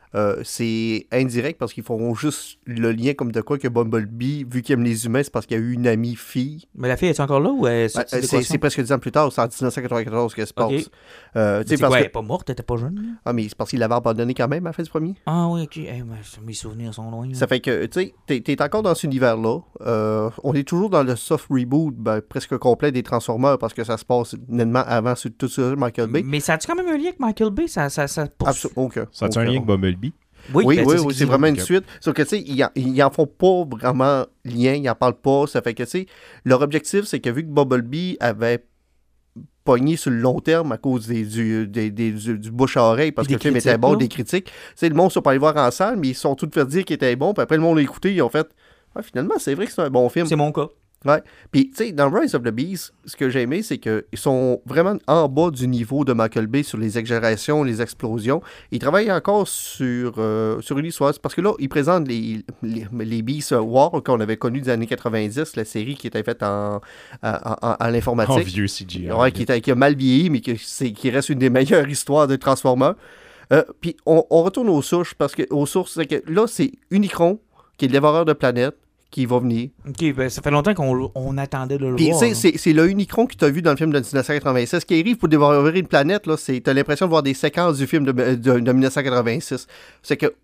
C'est indirect parce qu'ils feront juste le lien comme de quoi que Bumblebee, vu qu'il aime les humains, c'est parce qu'il y a eu une amie fille. Mais la fille, est encore là ou elle est Ben, sortie c'est d'équation? presque 10 ans plus tard, c'est en 1994 que ça se passe. Ok. Tu Mais sais, c'est parce quoi, elle que... est pas morte, elle était pas jeune? là? Ah, mais c'est parce qu'il l'avait abandonné quand même à la fin du premier. Ah oui, ok. Mes souvenirs sont loin. là. Ça fait que, tu sais, t'es encore dans cet univers-là. On est toujours dans le soft reboot, presque complet des Transformers, parce que ça se passe nettement avant tout ça, Michael Bay. Mais ça a-tu quand même un lien avec Michael Bay? Ça Absolument aucun. Ça a-tu un lien avec Bumblebee? Oui, ben, oui, ça oui, ce c'est qu'il vraiment dit. une suite. Sauf que, tu sais, ils en font pas vraiment lien, ils en parlent pas. Ça fait que, tu sais, leur objectif, c'est que vu que Bumblebee avait pogné sur le long terme à cause du bouche à oreille, parce que Des le film était critiques, bon, là. des critiques. Tu sais, le monde ne sont pas allés voir en salle, mais ils se sont tous fait dire qu'il était bon. Puis après, le monde l'a écouté, ils ont fait ouais, finalement, c'est vrai que c'est un bon film. C'est mon cas. Ouais. Puis, tu sais, dans Rise of the Beast, ce que j'ai aimé, c'est qu'ils sont vraiment en bas du niveau de Michael Bay sur les exagérations, les explosions. Ils travaillent encore sur une histoire. Parce que là, ils présentent les Beast War qu'on avait connus des années 90, la série qui était faite à En l'informatique. vieux CGI. Ouais, qui a mal vieilli, mais qui reste une des meilleures histoires de Transformers. Puis, on retourne aux sources, parce que aux sources, c'est que là, c'est Unicron, qui est le dévoreur de planètes, qui va venir. Ok, ben ça fait longtemps qu'on attendait de le Puis, voir. tu sais, c'est le Unicron que tu as vu dans le film de 1986. Ce qui arrive pour dévorer une planète, là, c'est t'as l'impression de voir des séquences du film de 1986. C'est que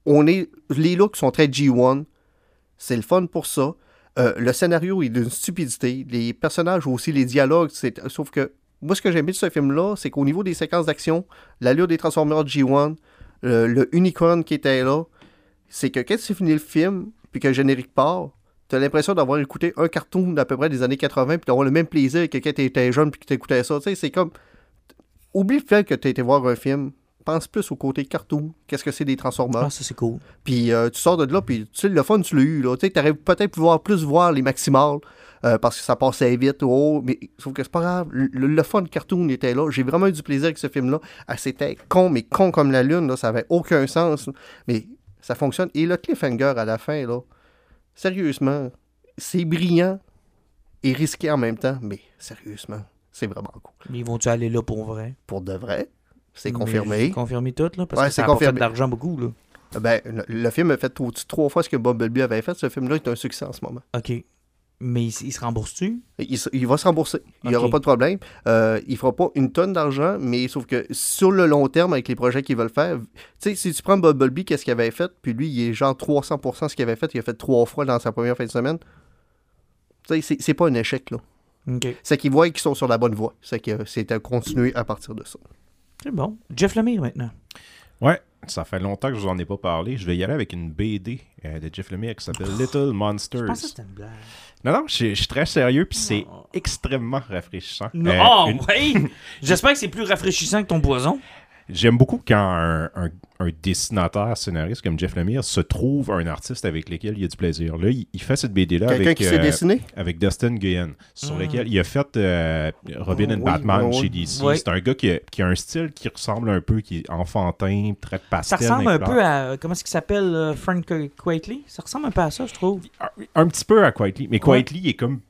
les looks sont très G1. C'est le fun pour ça. Le scénario est d'une stupidité. Les personnages aussi, les dialogues, sauf que moi, ce que j'ai aimé de ce film-là, c'est qu'au niveau des séquences d'action, l'allure des Transformers G1, le Unicron qui était là, c'est que quand tu finis le film, puis que le générique part, t'as l'impression d'avoir écouté un cartoon d'à peu près des années 80, puis d'avoir le même plaisir que quand t'étais jeune, puis que t'écoutais ça. Tu sais, c'est comme... Oublie le fait que t'as été voir un film. Pense plus au côté cartoon. Qu'est-ce que c'est des Transformers? Ah, ça c'est cool. Puis tu sors de là, puis tu sais, le fun, tu l'as eu. Tu sais, t'aurais peut-être pu plus voir les Maximals, parce que ça passait vite. Mais sauf que c'est pas grave. Le fun cartoon était là. J'ai vraiment eu du plaisir avec ce film-là. Ah, c'était con, mais con comme la lune. Là. Ça avait aucun sens. Là. Mais ça fonctionne. Et le cliffhanger à la fin, là, sérieusement, c'est brillant et risqué en même temps. Mais sérieusement, c'est vraiment cool. Mais ils vont-tu aller là pour vrai? Pour de vrai, c'est Mais confirmé. C'est confirmé tout, là? Parce Ouais, que c'est ça a pas fait confirmé. d'argent beaucoup, là. Ben, le film a fait au-dessus de 3 fois ce que Bumblebee avait fait. Ce film-là est un succès en ce moment. OK. Mais il se rembourse-tu? Il va se rembourser. Il n'y Ok. aura pas de problème. Il ne fera pas une tonne d'argent, mais sauf que sur le long terme, avec les projets qu'ils veulent faire, tu sais, si tu prends Bumblebee, qu'est-ce qu'il avait fait, puis lui, il est genre 300% ce qu'il avait fait, il a fait 3 fois dans sa première fin de semaine. Tu sais, c'est pas un échec, là. OK. C'est qu'ils voient qu'ils sont sur la bonne voie. C'est que c'est à continuer à partir de ça. C'est bon. Jeff Lemire, maintenant. Ouais, ça fait longtemps que je vous en ai pas parlé. Je vais y aller avec une BD de Jeff Lemire qui s'appelle Little Monsters. Je pensais que c'était une blague. Non, je suis très sérieux, puis c'est extrêmement rafraîchissant. Non, oui! J'espère que c'est plus rafraîchissant que ton poison. J'aime beaucoup quand un dessinateur, scénariste comme Jeff Lemire se trouve un artiste avec lequel il a du plaisir. Là, il fait cette BD-là Quelqu'un qui sait dessiner? avec Dustin Nguyen, sur lequel il a fait Robin and oui, Batman oui, chez oui. DC. Oui. C'est un gars qui a un style qui ressemble un peu, qui est enfantin, très Ça pastel. ressemble un éclair. peu à... Comment est-ce qu'il s'appelle? Frank Quitely? Ça ressemble un peu à ça, je trouve. Un petit peu à Quietly, mais Ouais. Quietly est comme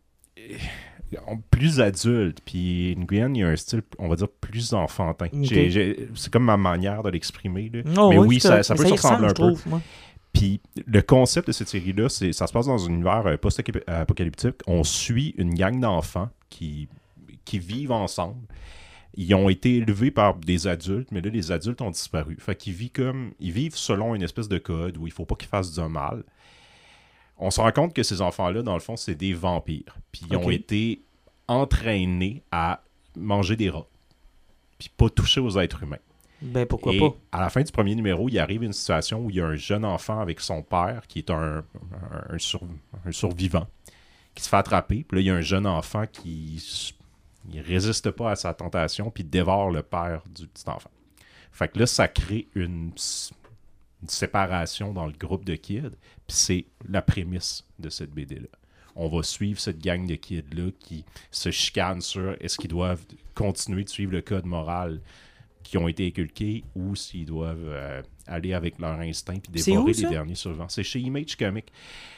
plus adulte, puis Nguyen, il a un style, on va dire, plus enfantin. Ok. C'est comme ma manière de l'exprimer. Là. Oh, mais oui, c'est ça correct. peut Mais se y ressembler ressemble, un je peu. trouve, moi. Puis le concept de cette série-là, ça se passe dans un univers post-apocalyptique. On suit une gang d'enfants qui vivent ensemble. Ils ont été élevés par des adultes, mais là, les adultes ont disparu. Fait qu'ils vivent selon une espèce de code où il faut pas qu'ils fassent du mal. On se rend compte que ces enfants-là, dans le fond, c'est des vampires. Puis ils ont Ok. été entraînés à manger des rats. Puis pas toucher aux êtres humains. Ben, pourquoi Et pas? à la fin du premier numéro, il arrive une situation où il y a un jeune enfant avec son père qui est un survivant qui se fait attraper. Puis là, il y a un jeune enfant qui il résiste pas à sa tentation puis dévore le père du petit enfant. Fait que là, ça crée une séparation dans le groupe de kids. Puis c'est la prémisse de cette BD-là. on va suivre cette gang de kids-là qui se chicanent sur est-ce qu'ils doivent continuer de suivre le code moral qui ont été inculqués ou s'ils doivent aller avec leur instinct puis dévorer les derniers survivants. C'est chez Image Comics.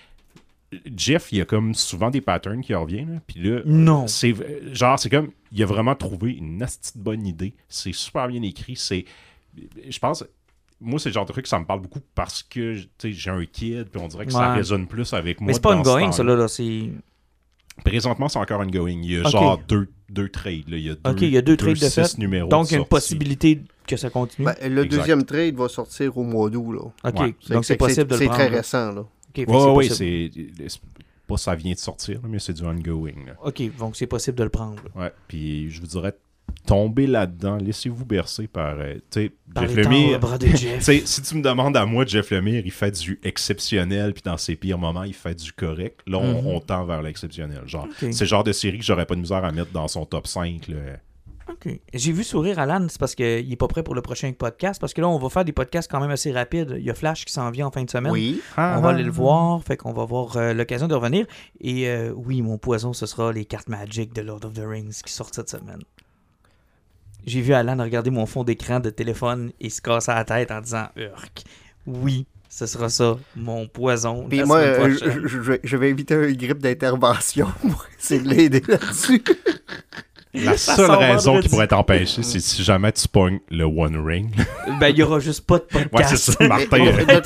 Jeff, il y a comme souvent des patterns qui reviennent. Puis là, c'est comme, il a vraiment trouvé une petite bonne idée. C'est super bien écrit. Je pense, moi, c'est le genre de truc que ça me parle beaucoup parce que j'ai un kid, puis on dirait que ça résonne plus avec moi. Mais c'est pas ongoing, ça, là. C'est... Présentement, c'est encore ongoing. Il y a genre deux trades. Là. Il y a deux trades de fait. Numéros. Donc, il y a une possibilité que ça continue. Le deuxième trade va sortir au mois d'août. Là. OK. Donc, c'est possible de le prendre. C'est très récent, là. Oui, c'est pas ça vient de sortir, mais c'est du ongoing. Là. OK, donc c'est possible de le prendre. Ouais, puis je vous dirais, tombez là-dedans, laissez-vous bercer par Jeff Lemire. Si tu me demandes à moi, Jeff Lemire, il fait du exceptionnel, puis dans ses pires moments, il fait du correct. Là, on tend vers l'exceptionnel. Genre, c'est le genre de série que j'aurais pas de misère à mettre dans son top 5. Là. OK. J'ai vu sourire Alan, c'est parce qu'il est pas prêt pour le prochain podcast, parce que là, on va faire des podcasts quand même assez rapides. Il y a Flash qui s'en vient en fin de semaine. Oui. On va aller le voir, fait qu'on va avoir l'occasion de revenir. Et oui, mon poison, ce sera les cartes Magic de Lord of the Rings qui sortent cette semaine. J'ai vu Alan regarder mon fond d'écran de téléphone et se casser la tête en disant « Urk, oui, ce sera ça, mon poison. » Puis moi, je vais éviter une grippe d'intervention pour essayer de l'aider là-dessus. La seule raison qui pourrait t'empêcher, c'est si jamais tu pognes le One Ring. Ben, il n'y aura juste pas de podcast. Ouais, c'est ça, Martin.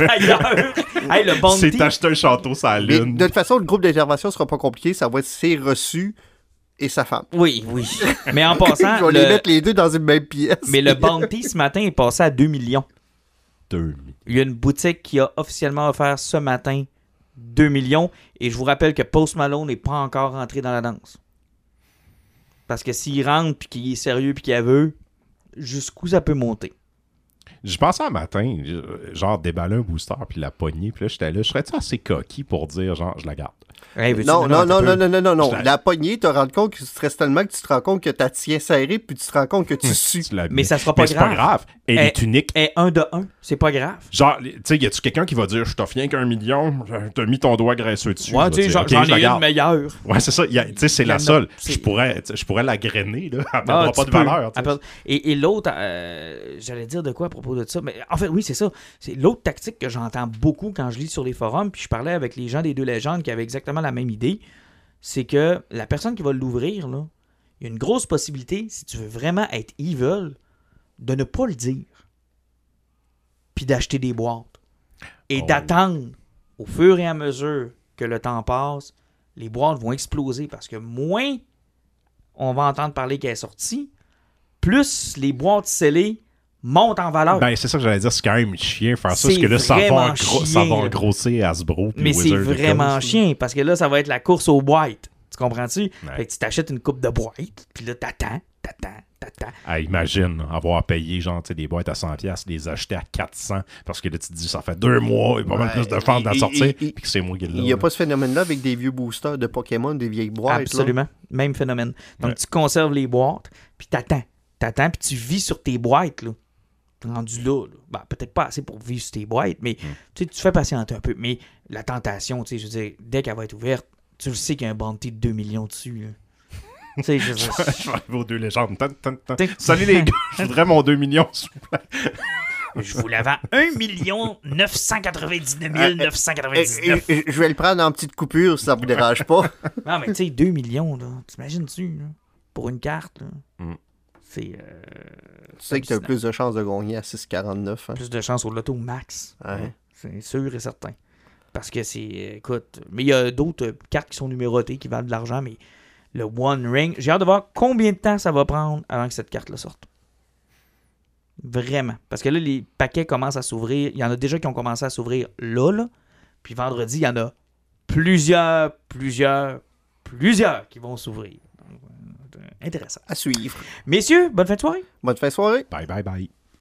Hey, le Bounty. C'est t'acheter un château sur la lune. De toute façon, le groupe d'intervention ne sera pas compliqué. Ça va être ses reçus et sa femme. Oui. Mais en passant... Je vais les mettre les deux dans une même pièce. Mais le Bounty, ce matin, est passé à 2 millions. 2 millions. Il y a une boutique qui a officiellement offert ce matin 2 millions. Et je vous rappelle que Post Malone n'est pas encore rentré dans la danse. Parce que s'il rentre, puis qu'il est sérieux, puis qu'il veut, jusqu'où ça peut monter? Je pensais un matin, genre déballer un booster, puis la pogner, puis là, j'étais là, je serais-tu assez coquille pour dire, genre, je la garde? Hey, non. La poignée, tu te rends compte que tu stresses tellement que tu te rends compte que tu tiens serré, puis tu te rends compte que tu sues. Mais ça sera pas grave. C'est pas grave. Elle est unique. Elle est 1 de 1. C'est pas grave. Genre, tu sais, y a-tu quelqu'un qui va dire, je t'offre rien qu'un million, t'as mis ton doigt graisseux dessus? Ouais, tu sais, j'en ai une meilleure. Ouais, c'est ça. Tu sais, c'est la seule. Je pourrais la grainer, là. Elle n'aura pas de valeur. Et l'autre, j'allais dire de quoi à propos de ça? Mais en fait, oui, c'est ça. C'est l'autre tactique que j'entends beaucoup quand je lis sur les forums, puis je parlais avec les gens des Deux Légendes qui avaient exactement la même idée. C'est que la personne qui va l'ouvrir, là, il y a une grosse possibilité, si tu veux vraiment être evil, de ne pas le dire. Puis d'acheter des boîtes. Et d'attendre, au fur et à mesure que le temps passe, les boîtes vont exploser. Parce que moins on va entendre parler qu'elle est sortie, plus les boîtes scellées montent en valeur. Ben, c'est ça que j'allais dire, c'est quand même chien faire ça, parce que là, ça va engrosser Hasbro. Mais c'est vraiment chien, parce que là, ça va être la course aux boîtes. Tu comprends-tu? Ouais. Fait que tu t'achètes une coupe de boîtes, puis là, t'attends. Ah, imagine avoir payé genre des boîtes à 100$, les acheter à 400$, parce que là, tu te dis, ça fait 2 mois, il y a pas mal plus de fentes d'en sortir, puis que c'est moi qui l'ai. Il n'y a pas ce phénomène-là avec des vieux boosters de Pokémon, des vieilles boîtes. Absolument. Là. Même phénomène. Donc, tu conserves les boîtes, puis t'attends, puis tu vis sur tes boîtes, là. Rendu là. Ben, peut-être pas assez pour vivre sur tes boîtes, mais tu fais patienter un peu. Mais la tentation, je veux dire, dès qu'elle va être ouverte, tu le sais qu'il y a un bounty de 2 millions dessus. Là. Je vais arriver aux Deux Légendes. Salut les gars, je voudrais mon 2 millions, s'il vous plaît. Je vous la vends 1 999 999. Je vais le prendre en petite coupure si ça vous dérange pas. Non, mais tu sais, 2 millions, là, t'imagines-tu, là, pour une carte, là. C'est. Tu sais que tu as plus de chances de gagner à 6,49. Hein. Plus de chances au loto max. Ouais. C'est sûr et certain. Parce que c'est. Écoute, mais il y a d'autres cartes qui sont numérotées qui valent de l'argent, mais le One Ring, j'ai hâte de voir combien de temps ça va prendre avant que cette carte-là sorte. Vraiment. Parce que là, les paquets commencent à s'ouvrir. Il y en a déjà qui ont commencé à s'ouvrir là. Puis vendredi, il y en a plusieurs qui vont s'ouvrir. Intéressant. À suivre. Messieurs, bonne fin de soirée. Bonne fin de soirée. Bye.